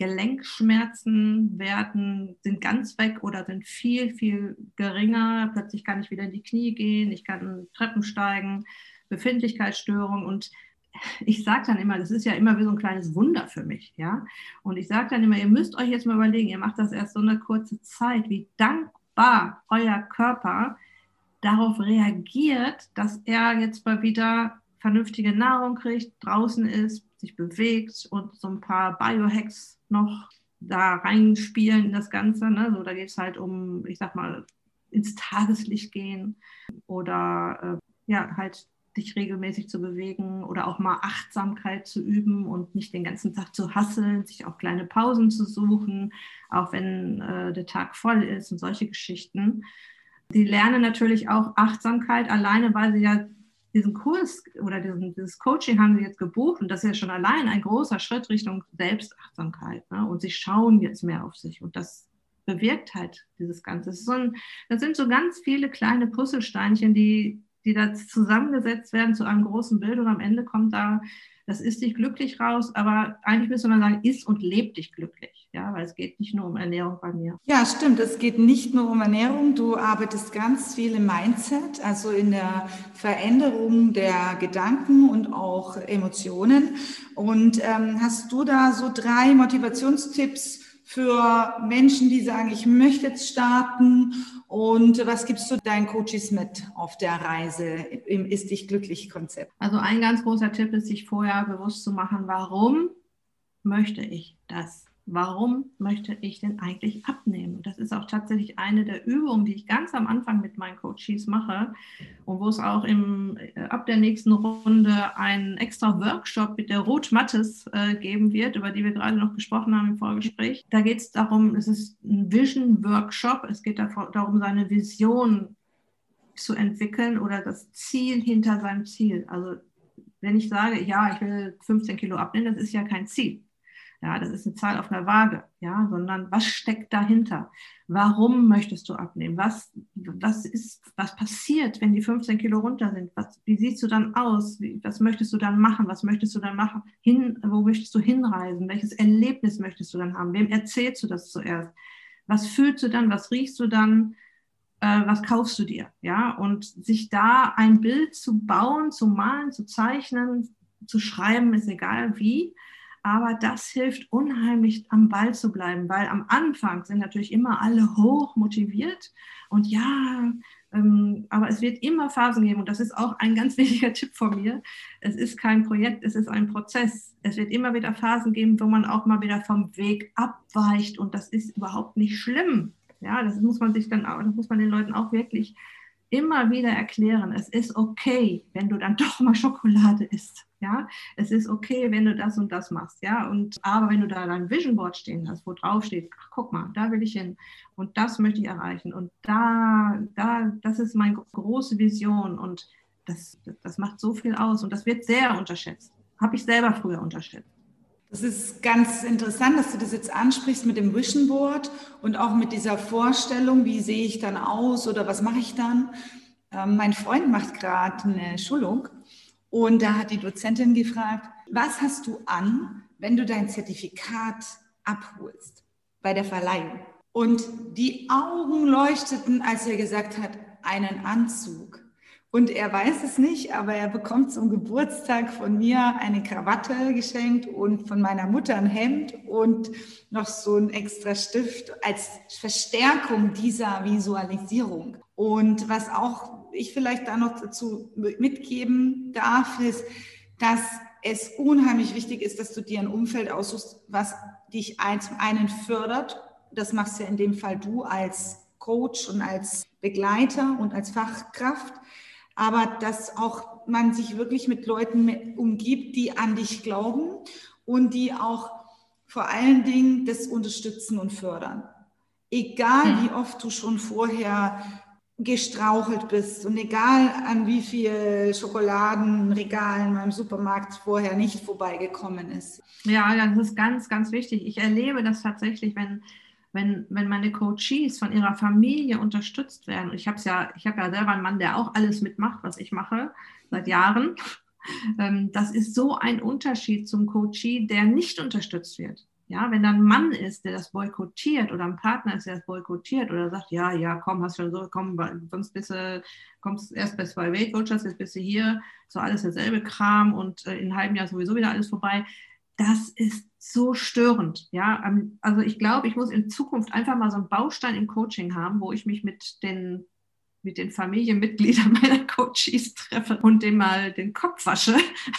Gelenkschmerzen sind ganz weg oder sind viel, viel geringer, plötzlich kann ich wieder in die Knie gehen, ich kann Treppen steigen, Befindlichkeitsstörung und ich sage dann immer, das ist ja immer wie so ein kleines Wunder für mich, ja. Und ich sage dann immer, ihr müsst euch jetzt mal überlegen, ihr macht das erst so eine kurze Zeit, wie dankbar euer Körper darauf reagiert, dass er jetzt mal wieder vernünftige Nahrung kriegt, draußen ist, sich bewegt und so ein paar Biohacks noch da reinspielen in das Ganze. Ne? So, da geht es halt um, ich sag mal, ins Tageslicht gehen oder halt sich regelmäßig zu bewegen oder auch mal Achtsamkeit zu üben und nicht den ganzen Tag zu hasseln, sich auch kleine Pausen zu suchen, auch wenn der Tag voll ist und solche Geschichten. Sie lernen natürlich auch Achtsamkeit alleine, weil sie ja diesen Kurs oder dieses Coaching haben sie jetzt gebucht und das ist ja schon allein ein großer Schritt Richtung Selbstachtsamkeit. Ne? Und sie schauen jetzt mehr auf sich und das bewirkt halt dieses Ganze. Das sind so ganz viele kleine Puzzlesteinchen, die da zusammengesetzt werden zu einem großen Bild und am Ende kommt da, das ist dich glücklich raus, aber eigentlich müsste man sagen, ist und lebt dich glücklich, ja, weil es geht nicht nur um Ernährung bei mir. Ja, stimmt, es geht nicht nur um Ernährung, du arbeitest ganz viel im Mindset, also in der Veränderung der Gedanken und auch Emotionen und hast du da so 3 Motivationstipps für Menschen, die sagen, ich möchte jetzt starten und was gibst du deinen Coaches mit auf der Reise im Ist dich glücklich Konzept? Also ein ganz großer Tipp ist, sich vorher bewusst zu machen, warum möchte ich das? Warum möchte ich denn eigentlich abnehmen? Und das ist auch tatsächlich eine der Übungen, die ich ganz am Anfang mit meinen Coaches mache und wo es auch ab der nächsten Runde einen extra Workshop mit der Ruth Mattes geben wird, über die wir gerade noch gesprochen haben im Vorgespräch. Da geht es darum, es ist ein Vision-Workshop, es geht darum, seine Vision zu entwickeln oder das Ziel hinter seinem Ziel. Also wenn ich sage, ja, ich will 15 Kilo abnehmen, das ist ja kein Ziel. Ja, das ist eine Zahl auf einer Waage, ja, sondern was steckt dahinter? Warum möchtest du abnehmen? Was passiert, wenn die 15 Kilo runter sind? Wie siehst du dann aus? Was möchtest du dann machen? Was möchtest du dann machen? Wo möchtest du hinreisen? Welches Erlebnis möchtest du dann haben? Wem erzählst du das zuerst? Was fühlst du dann? Was riechst du dann? Was kaufst du dir? Ja, und sich da ein Bild zu bauen, zu malen, zu zeichnen, zu schreiben, ist egal wie. Aber das hilft unheimlich, am Ball zu bleiben, weil am Anfang sind natürlich immer alle hoch motiviert und ja, aber es wird immer Phasen geben und das ist auch ein ganz wichtiger Tipp von mir. Es ist kein Projekt, es ist ein Prozess. Es wird immer wieder Phasen geben, wo man auch mal wieder vom Weg abweicht und das ist überhaupt nicht schlimm. Ja, das muss man den Leuten auch wirklich immer wieder erklären. Es ist okay, wenn du dann doch mal Schokolade isst. Ja, es ist okay, wenn du das und das machst. Ja, aber wenn du da dein Vision Board stehen hast, wo drauf steht, ach, guck mal, da will ich hin und das möchte ich erreichen und das ist meine große Vision und das macht so viel aus und das wird sehr unterschätzt. Habe ich selber früher unterschätzt. Das ist ganz interessant, dass du das jetzt ansprichst mit dem Vision Board und auch mit dieser Vorstellung, wie sehe ich dann aus oder was mache ich dann. Mein Freund macht gerade eine Schulung und da hat die Dozentin gefragt, was hast du an, wenn du dein Zertifikat abholst bei der Verleihung? Und die Augen leuchteten, als er gesagt hat, einen Anzug. Und er weiß es nicht, aber er bekommt zum Geburtstag von mir eine Krawatte geschenkt und von meiner Mutter ein Hemd und noch so ein extra Stift als Verstärkung dieser Visualisierung. Und was auch ich vielleicht da noch dazu mitgeben darf, ist, dass es unheimlich wichtig ist, dass du dir ein Umfeld aussuchst, was dich zum einen fördert. Das machst ja in dem Fall du als Coach und als Begleiter und als Fachkraft, aber dass auch man sich wirklich mit Leuten umgibt, die an dich glauben und die auch vor allen Dingen das unterstützen und fördern. Egal wie oft du schon vorher gestrauchelt bist und egal an wie viel Schokoladenregalen beim Supermarkt vorher nicht vorbeigekommen ist. Ja, das ist ganz, ganz wichtig. Ich erlebe das tatsächlich, wenn meine Coaches von ihrer Familie unterstützt werden. Ich habe ja selber einen Mann, der auch alles mitmacht, was ich mache, seit Jahren. Das ist so ein Unterschied zum Coachee, der nicht unterstützt wird. Ja, wenn da ein Mann ist, der das boykottiert oder ein Partner ist, der das boykottiert oder sagt, ja, komm, hast schon so, komm, sonst kommst erst bei 2 Weight Watchers, jetzt bist du hier, so alles derselbe Kram und in einem halben Jahr sowieso wieder alles vorbei. Das ist so störend. Ja, also ich glaube, ich muss in Zukunft einfach mal so einen Baustein im Coaching haben, wo ich mich mit den Familienmitgliedern meiner Coaches treffe und dem mal den Kopf wasche.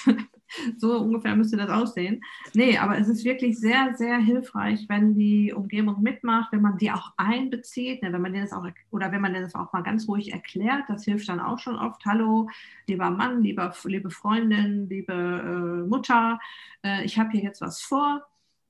So ungefähr müsste das aussehen. Nee, aber es ist wirklich sehr, sehr hilfreich, wenn die Umgebung mitmacht, wenn man die auch einbezieht, ne, wenn man denen das auch mal ganz ruhig erklärt. Das hilft dann auch schon oft. Hallo, lieber Mann, liebe Freundin, liebe Mutter, ich habe hier jetzt was vor.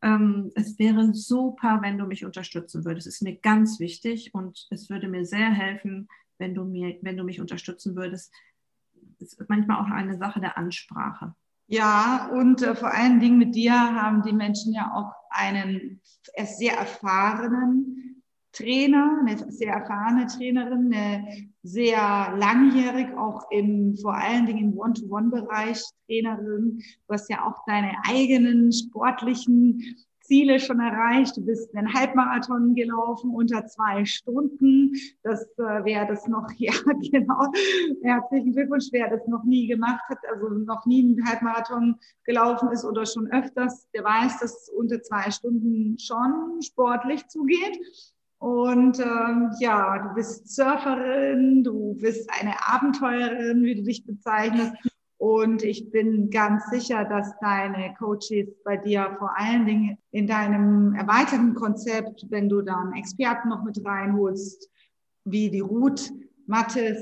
Es wäre super, wenn du mich unterstützen würdest. Es ist mir ganz wichtig und es würde mir sehr helfen, wenn du mich unterstützen würdest. Es ist manchmal auch eine Sache der Ansprache. Ja, und vor allen Dingen mit dir haben die Menschen ja auch einen sehr erfahrenen Trainer, eine sehr erfahrene Trainerin, eine sehr langjährig auch vor allen Dingen im One-to-One-Bereich Trainerin. Du hast ja auch deine eigenen sportlichen Ziele schon erreicht. Du bist einen Halbmarathon gelaufen unter 2 Stunden. Wer das noch, ja genau, herzlichen Glückwunsch, wer das noch nie gemacht hat, also noch nie einen Halbmarathon gelaufen ist oder schon öfters, der weiß, dass es unter 2 Stunden schon sportlich zugeht. Und du bist Surferin, du bist eine Abenteurerin, wie du dich bezeichnest. Und ich bin ganz sicher, dass deine Coaches bei dir vor allen Dingen in deinem erweiterten Konzept, wenn du dann Experten noch mit reinholst, wie die Ruth Mattes,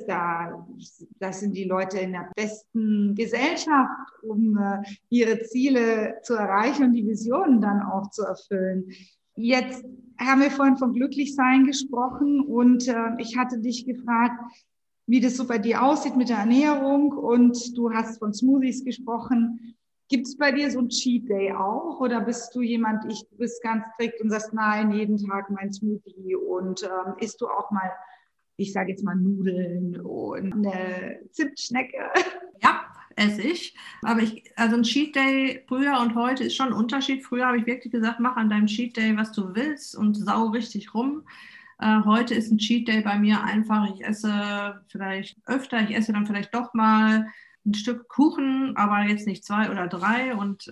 das sind die Leute in der besten Gesellschaft, um ihre Ziele zu erreichen und die Visionen dann auch zu erfüllen. Jetzt haben wir vorhin vom Glücklichsein gesprochen und ich hatte dich gefragt, wie das so bei dir aussieht mit der Ernährung und du hast von Smoothies gesprochen. Gibt es bei dir so ein Cheat Day auch oder bist du du bist ganz strikt und sagst, nein, jeden Tag mein Smoothie und isst du auch mal, ich sage jetzt mal Nudeln und eine Zimtschnecke? Ja, esse ich. Aber also ein Cheat Day früher und heute ist schon ein Unterschied. Früher habe ich wirklich gesagt, mach an deinem Cheat Day, was du willst und sau richtig rum. Heute ist ein Cheat Day bei mir einfach, ich esse vielleicht öfter, ich esse dann vielleicht doch mal ein Stück Kuchen, aber jetzt nicht 2 oder 3 und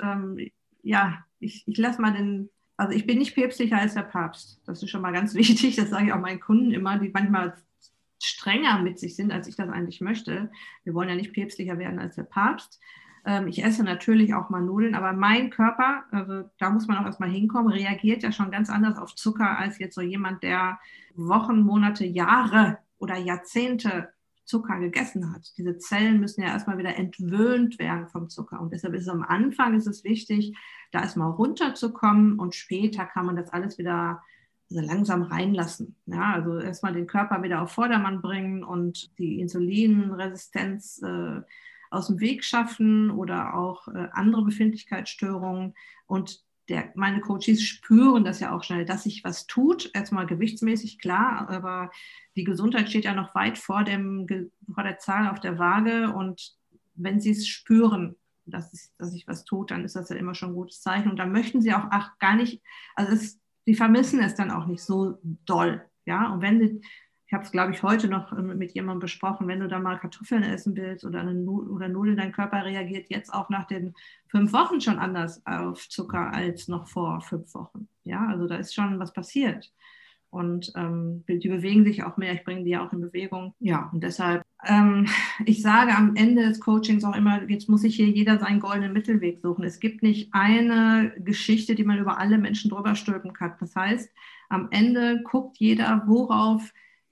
ich lasse mal also ich bin nicht päpstlicher als der Papst, das ist schon mal ganz wichtig, das sage ich auch meinen Kunden immer, die manchmal strenger mit sich sind, als ich das eigentlich möchte. Wir wollen ja nicht päpstlicher werden als der Papst. Ich esse natürlich auch mal Nudeln, aber mein Körper, also da muss man auch erstmal hinkommen, reagiert ja schon ganz anders auf Zucker als jetzt so jemand, der Wochen, Monate, Jahre oder Jahrzehnte Zucker gegessen hat. Diese Zellen müssen ja erstmal wieder entwöhnt werden vom Zucker. Und deshalb ist es am Anfang wichtig, da erstmal runterzukommen und später kann man das alles wieder so langsam reinlassen. Ja, also erstmal den Körper wieder auf Vordermann bringen und die Insulinresistenz aus dem Weg schaffen oder auch andere Befindlichkeitsstörungen. Und meine Coaches spüren das ja auch schnell, dass sich was tut. Erstmal gewichtsmäßig, klar, aber die Gesundheit steht ja noch weit vor der Zahl auf der Waage. Und wenn sie es spüren, dass sich was tut, dann ist das ja immer schon ein gutes Zeichen. Und dann möchten sie auch gar nicht, also sie vermissen es dann auch nicht so doll. Ja, und ich habe es, glaube ich, heute noch mit jemandem besprochen, wenn du da mal Kartoffeln essen willst oder Nudeln, dein Körper reagiert jetzt auch nach den 5 Wochen schon anders auf Zucker als noch vor 5 Wochen. Ja, also da ist schon was passiert. Und die bewegen sich auch mehr, ich bringe die ja auch in Bewegung. Ja, und deshalb, ich sage am Ende des Coachings auch immer, jetzt muss sich hier jeder seinen goldenen Mittelweg suchen. Es gibt nicht eine Geschichte, die man über alle Menschen drüber stülpen kann. Das heißt, am Ende guckt jeder, worauf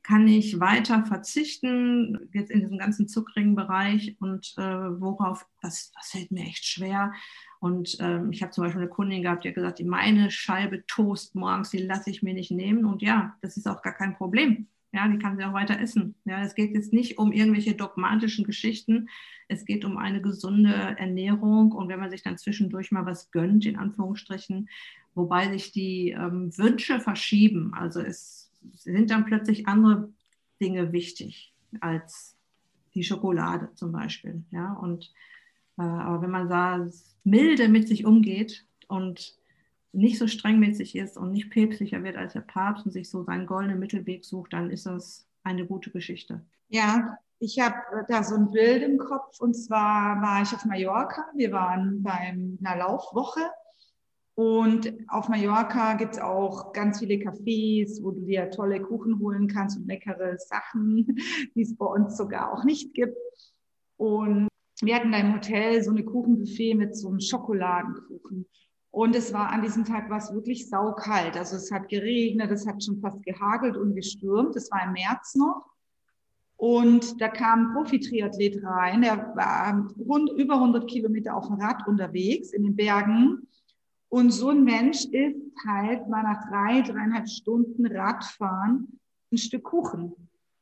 kann ich weiter verzichten, jetzt in diesem ganzen zuckrigen Bereich und was fällt mir echt schwer. Und ich habe zum Beispiel eine Kundin gehabt, die hat gesagt, meine Scheibe Toast morgens, die lasse ich mir nicht nehmen. Und ja, das ist auch gar kein Problem. Ja, die kann sie auch weiter essen. Ja, es geht jetzt nicht um irgendwelche dogmatischen Geschichten. Es geht um eine gesunde Ernährung. Und wenn man sich dann zwischendurch mal was gönnt, in Anführungsstrichen, wobei sich die Wünsche verschieben. Also es sind dann plötzlich andere Dinge wichtig als die Schokolade zum Beispiel. Ja, und aber wenn man da milde mit sich umgeht und nicht so streng mit sich ist und nicht päpstlicher wird als der Papst und sich so seinen goldenen Mittelweg sucht, dann ist das eine gute Geschichte. Ja, ich habe da so ein Bild im Kopf, und zwar war ich auf Mallorca. Wir waren bei einer Laufwoche, und auf Mallorca gibt es auch ganz viele Cafés, wo du dir tolle Kuchen holen kannst und leckere Sachen, die es bei uns sogar auch nicht gibt. Und wir hatten da im Hotel so eine Kuchenbuffet mit so einem Schokoladenkuchen. Und es war an diesem Tag wirklich saukalt. Also es hat geregnet, es hat schon fast gehagelt und gestürmt. Es war im März noch. Und da kam ein Profi-Triathlet rein. Der war über 100 Kilometer auf dem Rad unterwegs in den Bergen. Und so ein Mensch isst halt mal nach 3,5 Stunden Radfahren ein Stück Kuchen.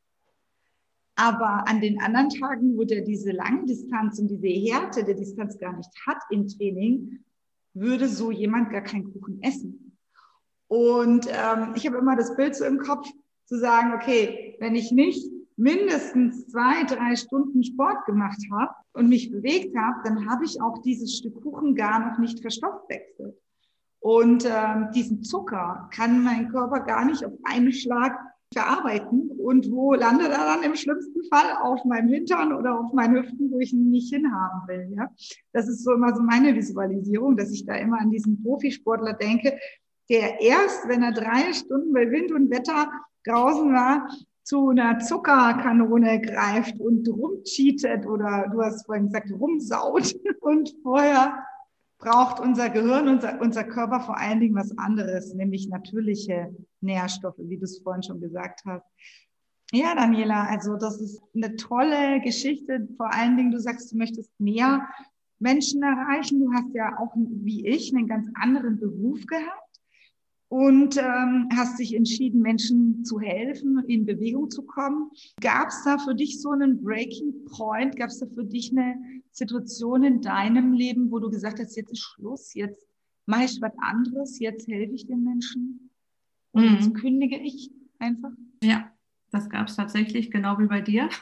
Aber an den anderen Tagen, wo der diese lange Distanz und diese Härte der Distanz gar nicht hat im Training, würde so jemand gar keinen Kuchen essen. Und ich habe immer das Bild so im Kopf, zu sagen, okay, wenn ich nicht mindestens 2-3 Stunden Sport gemacht habe und mich bewegt habe, dann habe ich auch dieses Stück Kuchen gar noch nicht verstoffwechselt. Und diesen Zucker kann mein Körper gar nicht auf einen Schlag verarbeiten. Und wo landet er dann im schlimmsten Fall? Auf meinem Hintern oder auf meinen Hüften, wo ich ihn nicht hinhaben will. Ja? Das ist so immer so meine Visualisierung, dass ich da immer an diesen Profisportler denke, der erst, wenn er 3 Stunden bei Wind und Wetter draußen war, zu einer Zuckerkanone greift und rumcheatet oder du hast vorhin gesagt, rumsaut. Und vorher braucht unser Gehirn, unser Körper vor allen Dingen was anderes, nämlich natürliche Nährstoffe, wie du es vorhin schon gesagt hast. Ja, Daniela, also das ist eine tolle Geschichte. Vor allen Dingen, du sagst, du möchtest mehr Menschen erreichen. Du hast ja auch, wie ich, einen ganz anderen Beruf gehabt und hast dich entschieden, Menschen zu helfen, in Bewegung zu kommen. Gab es da für dich so einen Breaking Point? Gab es da für dich eine Situation in deinem Leben, wo du gesagt hast, jetzt ist Schluss, jetzt mache ich was anderes, jetzt helfe ich den Menschen und jetzt kündige ich einfach? Ja, das gab es tatsächlich, genau wie bei dir.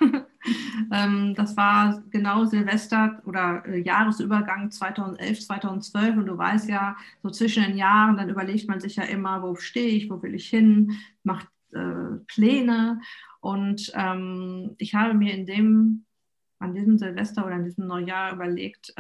Das war genau Silvester oder Jahresübergang 2011, 2012 und du weißt ja, so zwischen den Jahren, dann überlegt man sich ja immer, wo stehe ich, wo will ich hin, macht Pläne und ich habe mir an diesem Silvester oder an diesem Neujahr überlegt,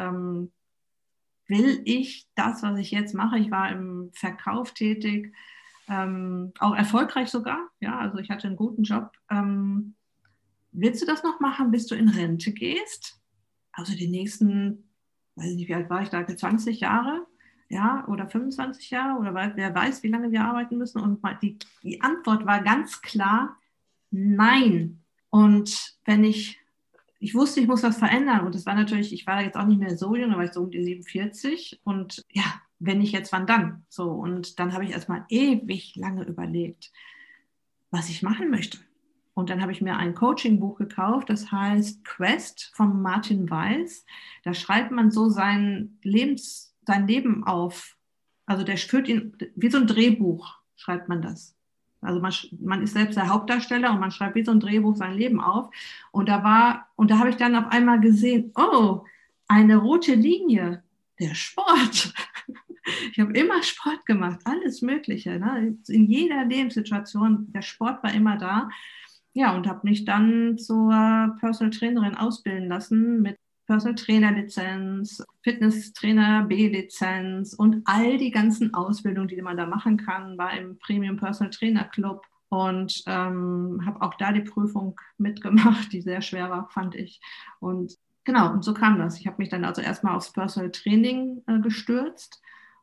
will ich das, was ich jetzt mache, ich war im Verkauf tätig, auch erfolgreich sogar, ja, also ich hatte einen guten Job. Willst du das noch machen, bis du in Rente gehst? Also die nächsten, weiß ich nicht, wie alt war ich da, 20 Jahre, ja, oder 25 Jahre, oder wer weiß, wie lange wir arbeiten müssen. Und die Antwort war ganz klar, nein. Und wenn ich wusste, ich muss was verändern. Und das war natürlich, ich war jetzt auch nicht mehr so jung, da war ich so um die 47. Und ja, wenn nicht jetzt, wann dann? So, und dann habe ich erstmal ewig lange überlegt, was ich machen möchte. Und dann habe ich mir ein Coaching-Buch gekauft, das heißt Quest von Martin Weiss. Da schreibt man so sein Leben auf. Also der führt ihn, wie so ein Drehbuch schreibt man das. Also man ist selbst der Hauptdarsteller und man schreibt wie so ein Drehbuch sein Leben auf. Und da habe ich dann auf einmal gesehen, oh, eine rote Linie, der Sport. Ich habe immer Sport gemacht, alles Mögliche. Ne? In jeder Lebenssituation, der Sport war immer da. Ja, und habe mich dann zur Personal Trainerin ausbilden lassen mit Personal Trainer Lizenz, Fitnesstrainer B-Lizenz und all die ganzen Ausbildungen, die man da machen kann, war im Premium Personal Trainer Club und habe auch da die Prüfung mitgemacht, die sehr schwer war, fand ich. Und genau, und so kam das. Ich habe mich dann also erstmal aufs Personal Training gestürzt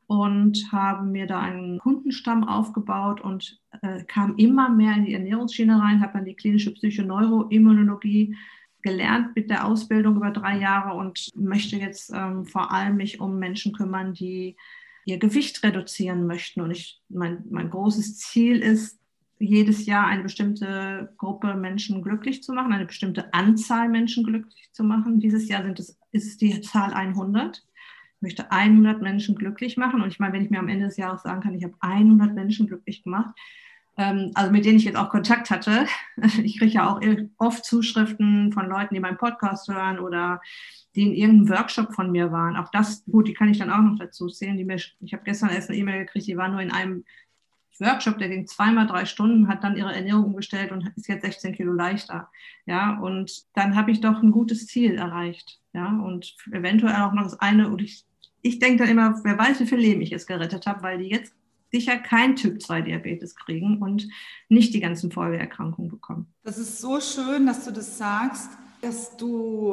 und habe mir da einen Kundenstamm aufgebaut und kam immer mehr in die Ernährungsschiene rein, habe dann die klinische Psychoneuroimmunologie gelernt mit der Ausbildung über 3 Jahre und möchte jetzt vor allem mich um Menschen kümmern, die ihr Gewicht reduzieren möchten. Und mein großes Ziel ist, jedes Jahr eine bestimmte Gruppe Menschen glücklich zu machen, eine bestimmte Anzahl Menschen glücklich zu machen. Dieses Jahr ist es die Zahl 100. Ich möchte 100 Menschen glücklich machen. Und ich meine, wenn ich mir am Ende des Jahres sagen kann, ich habe 100 Menschen glücklich gemacht, also mit denen ich jetzt auch Kontakt hatte. Ich kriege ja auch oft Zuschriften von Leuten, die meinen Podcast hören oder die in irgendeinem Workshop von mir waren. Auch das, gut, die kann ich dann auch noch dazu zählen. Ich habe gestern erst eine E-Mail gekriegt, die war nur in einem Workshop, der ging 2x3 Stunden, hat dann ihre Ernährung umgestellt und ist jetzt 16 Kilo leichter. Ja, und dann habe ich doch ein gutes Ziel erreicht. Ja, und eventuell auch noch das eine, und ich denke dann immer, wer weiß, wie viel Leben ich jetzt gerettet habe, weil die jetzt sicher kein Typ-2-Diabetes kriegen und nicht die ganzen Folgeerkrankungen bekommen. Das ist so schön, dass du das sagst, dass du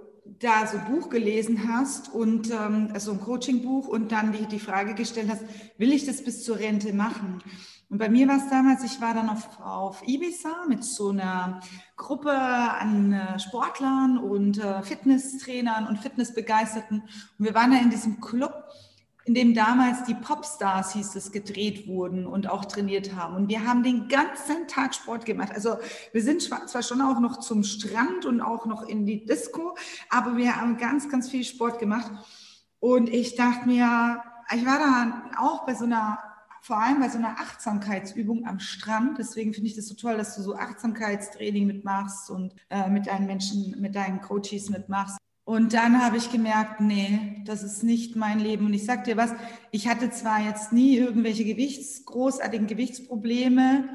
da so ein Buch gelesen hast und also ein Coaching-Buch und dann die Frage gestellt hast, will ich das bis zur Rente machen? Und bei mir war es damals, ich war dann auf Ibiza mit so einer Gruppe an Sportlern und Fitnesstrainern und Fitnessbegeisterten und wir waren da in diesem Club, in dem damals die Popstars, hieß es, gedreht wurden und auch trainiert haben. Und wir haben den ganzen Tag Sport gemacht. Also wir sind zwar schon auch noch zum Strand und auch noch in die Disco, aber wir haben ganz, ganz viel Sport gemacht. Und ich dachte mir, ich war da auch vor allem bei so einer Achtsamkeitsübung am Strand. Deswegen finde ich das so toll, dass du so Achtsamkeitstraining mitmachst und mit deinen Menschen, mit deinen Coaches mitmachst. Und dann habe ich gemerkt, nee, das ist nicht mein Leben. Und ich sag dir was, ich hatte zwar jetzt nie irgendwelche großartigen Gewichtsprobleme,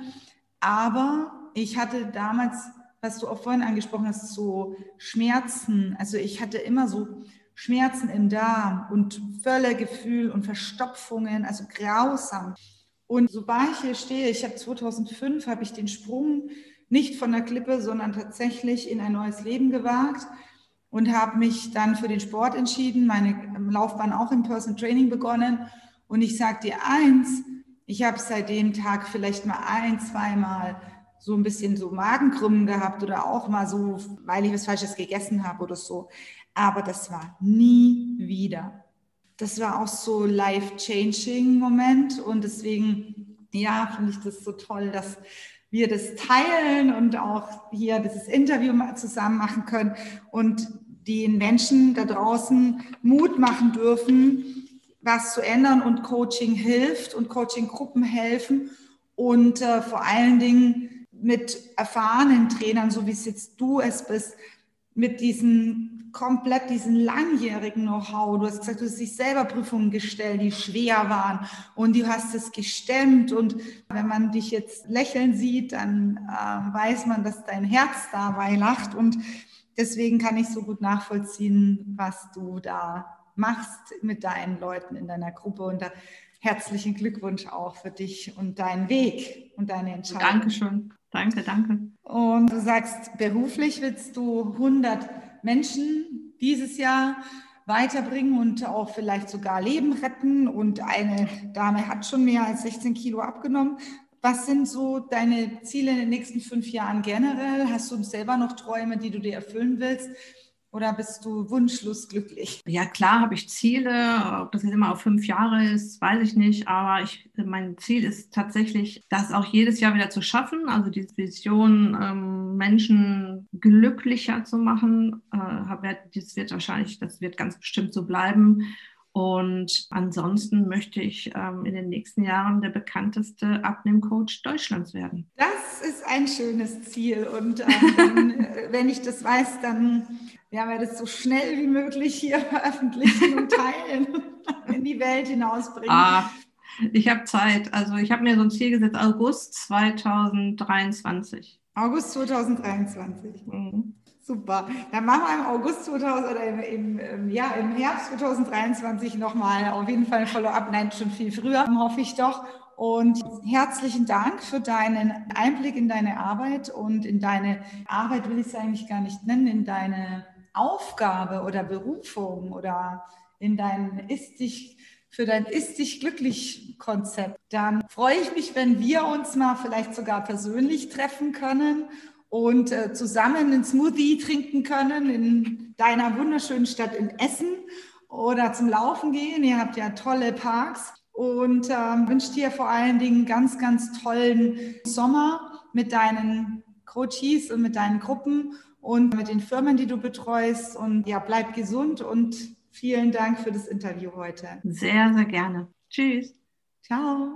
aber ich hatte damals, was du auch vorhin angesprochen hast, so Schmerzen. Also ich hatte immer so Schmerzen im Darm und Völlegefühl und Verstopfungen, also grausam. Und so war ich hier stehe, 2005 habe ich den Sprung nicht von der Klippe, sondern tatsächlich in ein neues Leben gewagt. Und habe mich dann für den Sport entschieden, meine Laufbahn auch im Personal Training begonnen. Und ich sage dir eins, ich habe seit dem Tag vielleicht mal 1-2 Mal so ein bisschen so Magenkrümmen gehabt oder auch mal so, weil ich was Falsches gegessen habe oder so. Aber das war nie wieder. Das war auch so life-changing Moment und deswegen, ja, finde ich das so toll, dass wir das teilen und auch hier dieses Interview mal zusammen machen können und den Menschen da draußen Mut machen dürfen, was zu ändern und Coaching hilft und Coaching-Gruppen helfen und vor allen Dingen mit erfahrenen Trainern, so wie es jetzt du es bist, mit diesen langjährigen Know-how. Du hast gesagt, du hast dich selber Prüfungen gestellt, die schwer waren und du hast es gestemmt und wenn man dich jetzt lächeln sieht, dann weiß man, dass dein Herz dabei lacht und deswegen kann ich so gut nachvollziehen, was du da machst mit deinen Leuten in deiner Gruppe und da herzlichen Glückwunsch auch für dich und deinen Weg und deine Entscheidung. Dankeschön. Danke. Und du sagst, beruflich willst du 100 Menschen dieses Jahr weiterbringen und auch vielleicht sogar Leben retten. Und eine Dame hat schon mehr als 16 Kilo abgenommen. Was sind so deine Ziele in den nächsten 5 Jahren generell? Hast du selber noch Träume, die du dir erfüllen willst? Oder bist du wunschlos glücklich? Ja, klar habe ich Ziele. Ob das jetzt immer auf 5 Jahre ist, weiß ich nicht. Aber mein Ziel ist tatsächlich, das auch jedes Jahr wieder zu schaffen. Also die Vision, Menschen glücklicher zu machen. Das wird ganz bestimmt so bleiben. Und ansonsten möchte ich in den nächsten Jahren der bekannteste Abnehmcoach Deutschlands werden. Das ist ein schönes Ziel. Und dann, wenn ich das weiß, dann werden wir das so schnell wie möglich hier veröffentlichen und teilen, in die Welt hinausbringen. Ich habe Zeit. Also ich habe mir so ein Ziel gesetzt, August 2023. August 2023. Mhm. Super. Dann machen wir im August 2000 oder im Herbst 2023 nochmal auf jeden Fall ein Follow-up. Nein, schon viel früher, hoffe ich doch. Und herzlichen Dank für deinen Einblick in deine Arbeit und in deine Arbeit will ich es eigentlich gar nicht nennen, in deine Aufgabe oder Berufung oder in dein für dein Ist-Dich-Glücklich-Konzept. Dann freue ich mich, wenn wir uns mal vielleicht sogar persönlich treffen können und zusammen einen Smoothie trinken können in deiner wunderschönen Stadt in Essen oder zum Laufen gehen. Ihr habt ja tolle Parks und wünsche dir vor allen Dingen ganz, ganz tollen Sommer mit deinen Coaches und mit deinen Gruppen und mit den Firmen, die du betreust. Und ja, bleib gesund und vielen Dank für das Interview heute. Sehr, sehr gerne. Tschüss. Ciao.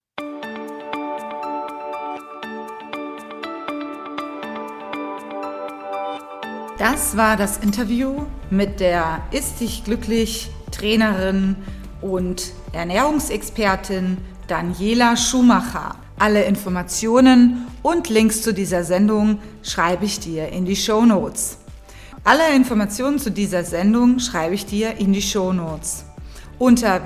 Das war das Interview mit der Ist-Dich-Glücklich Trainerin und Ernährungsexpertin Daniela Schumacher. Alle Informationen und Links zu dieser Sendung schreibe ich dir in die Shownotes. Alle Informationen zu dieser Sendung schreibe ich dir in die Shownotes. Unter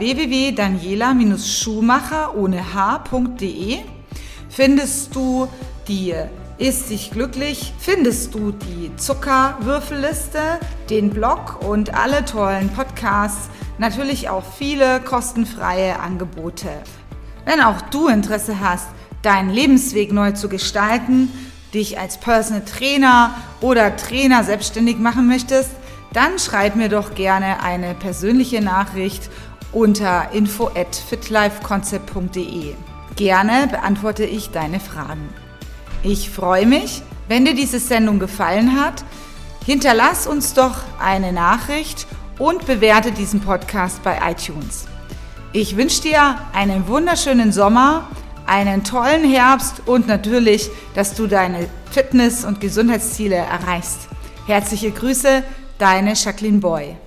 www.daniela-schumacher.de findest du die Ist-Dich-Glücklich, findest du die Zuckerwürfelliste, den Blog und alle tollen Podcasts, natürlich auch viele kostenfreie Angebote. Wenn auch du Interesse hast, deinen Lebensweg neu zu gestalten, dich als Personal Trainer oder Trainer selbstständig machen möchtest, dann schreib mir doch gerne eine persönliche Nachricht unter info@fitlifeconcept.de. Gerne beantworte ich deine Fragen. Ich freue mich, wenn dir diese Sendung gefallen hat. Hinterlass uns doch eine Nachricht und bewerte diesen Podcast bei iTunes. Ich wünsche dir einen wunderschönen Sommer, einen tollen Herbst und natürlich, dass du deine Fitness- und Gesundheitsziele erreichst. Herzliche Grüße, deine Jacqueline Boy.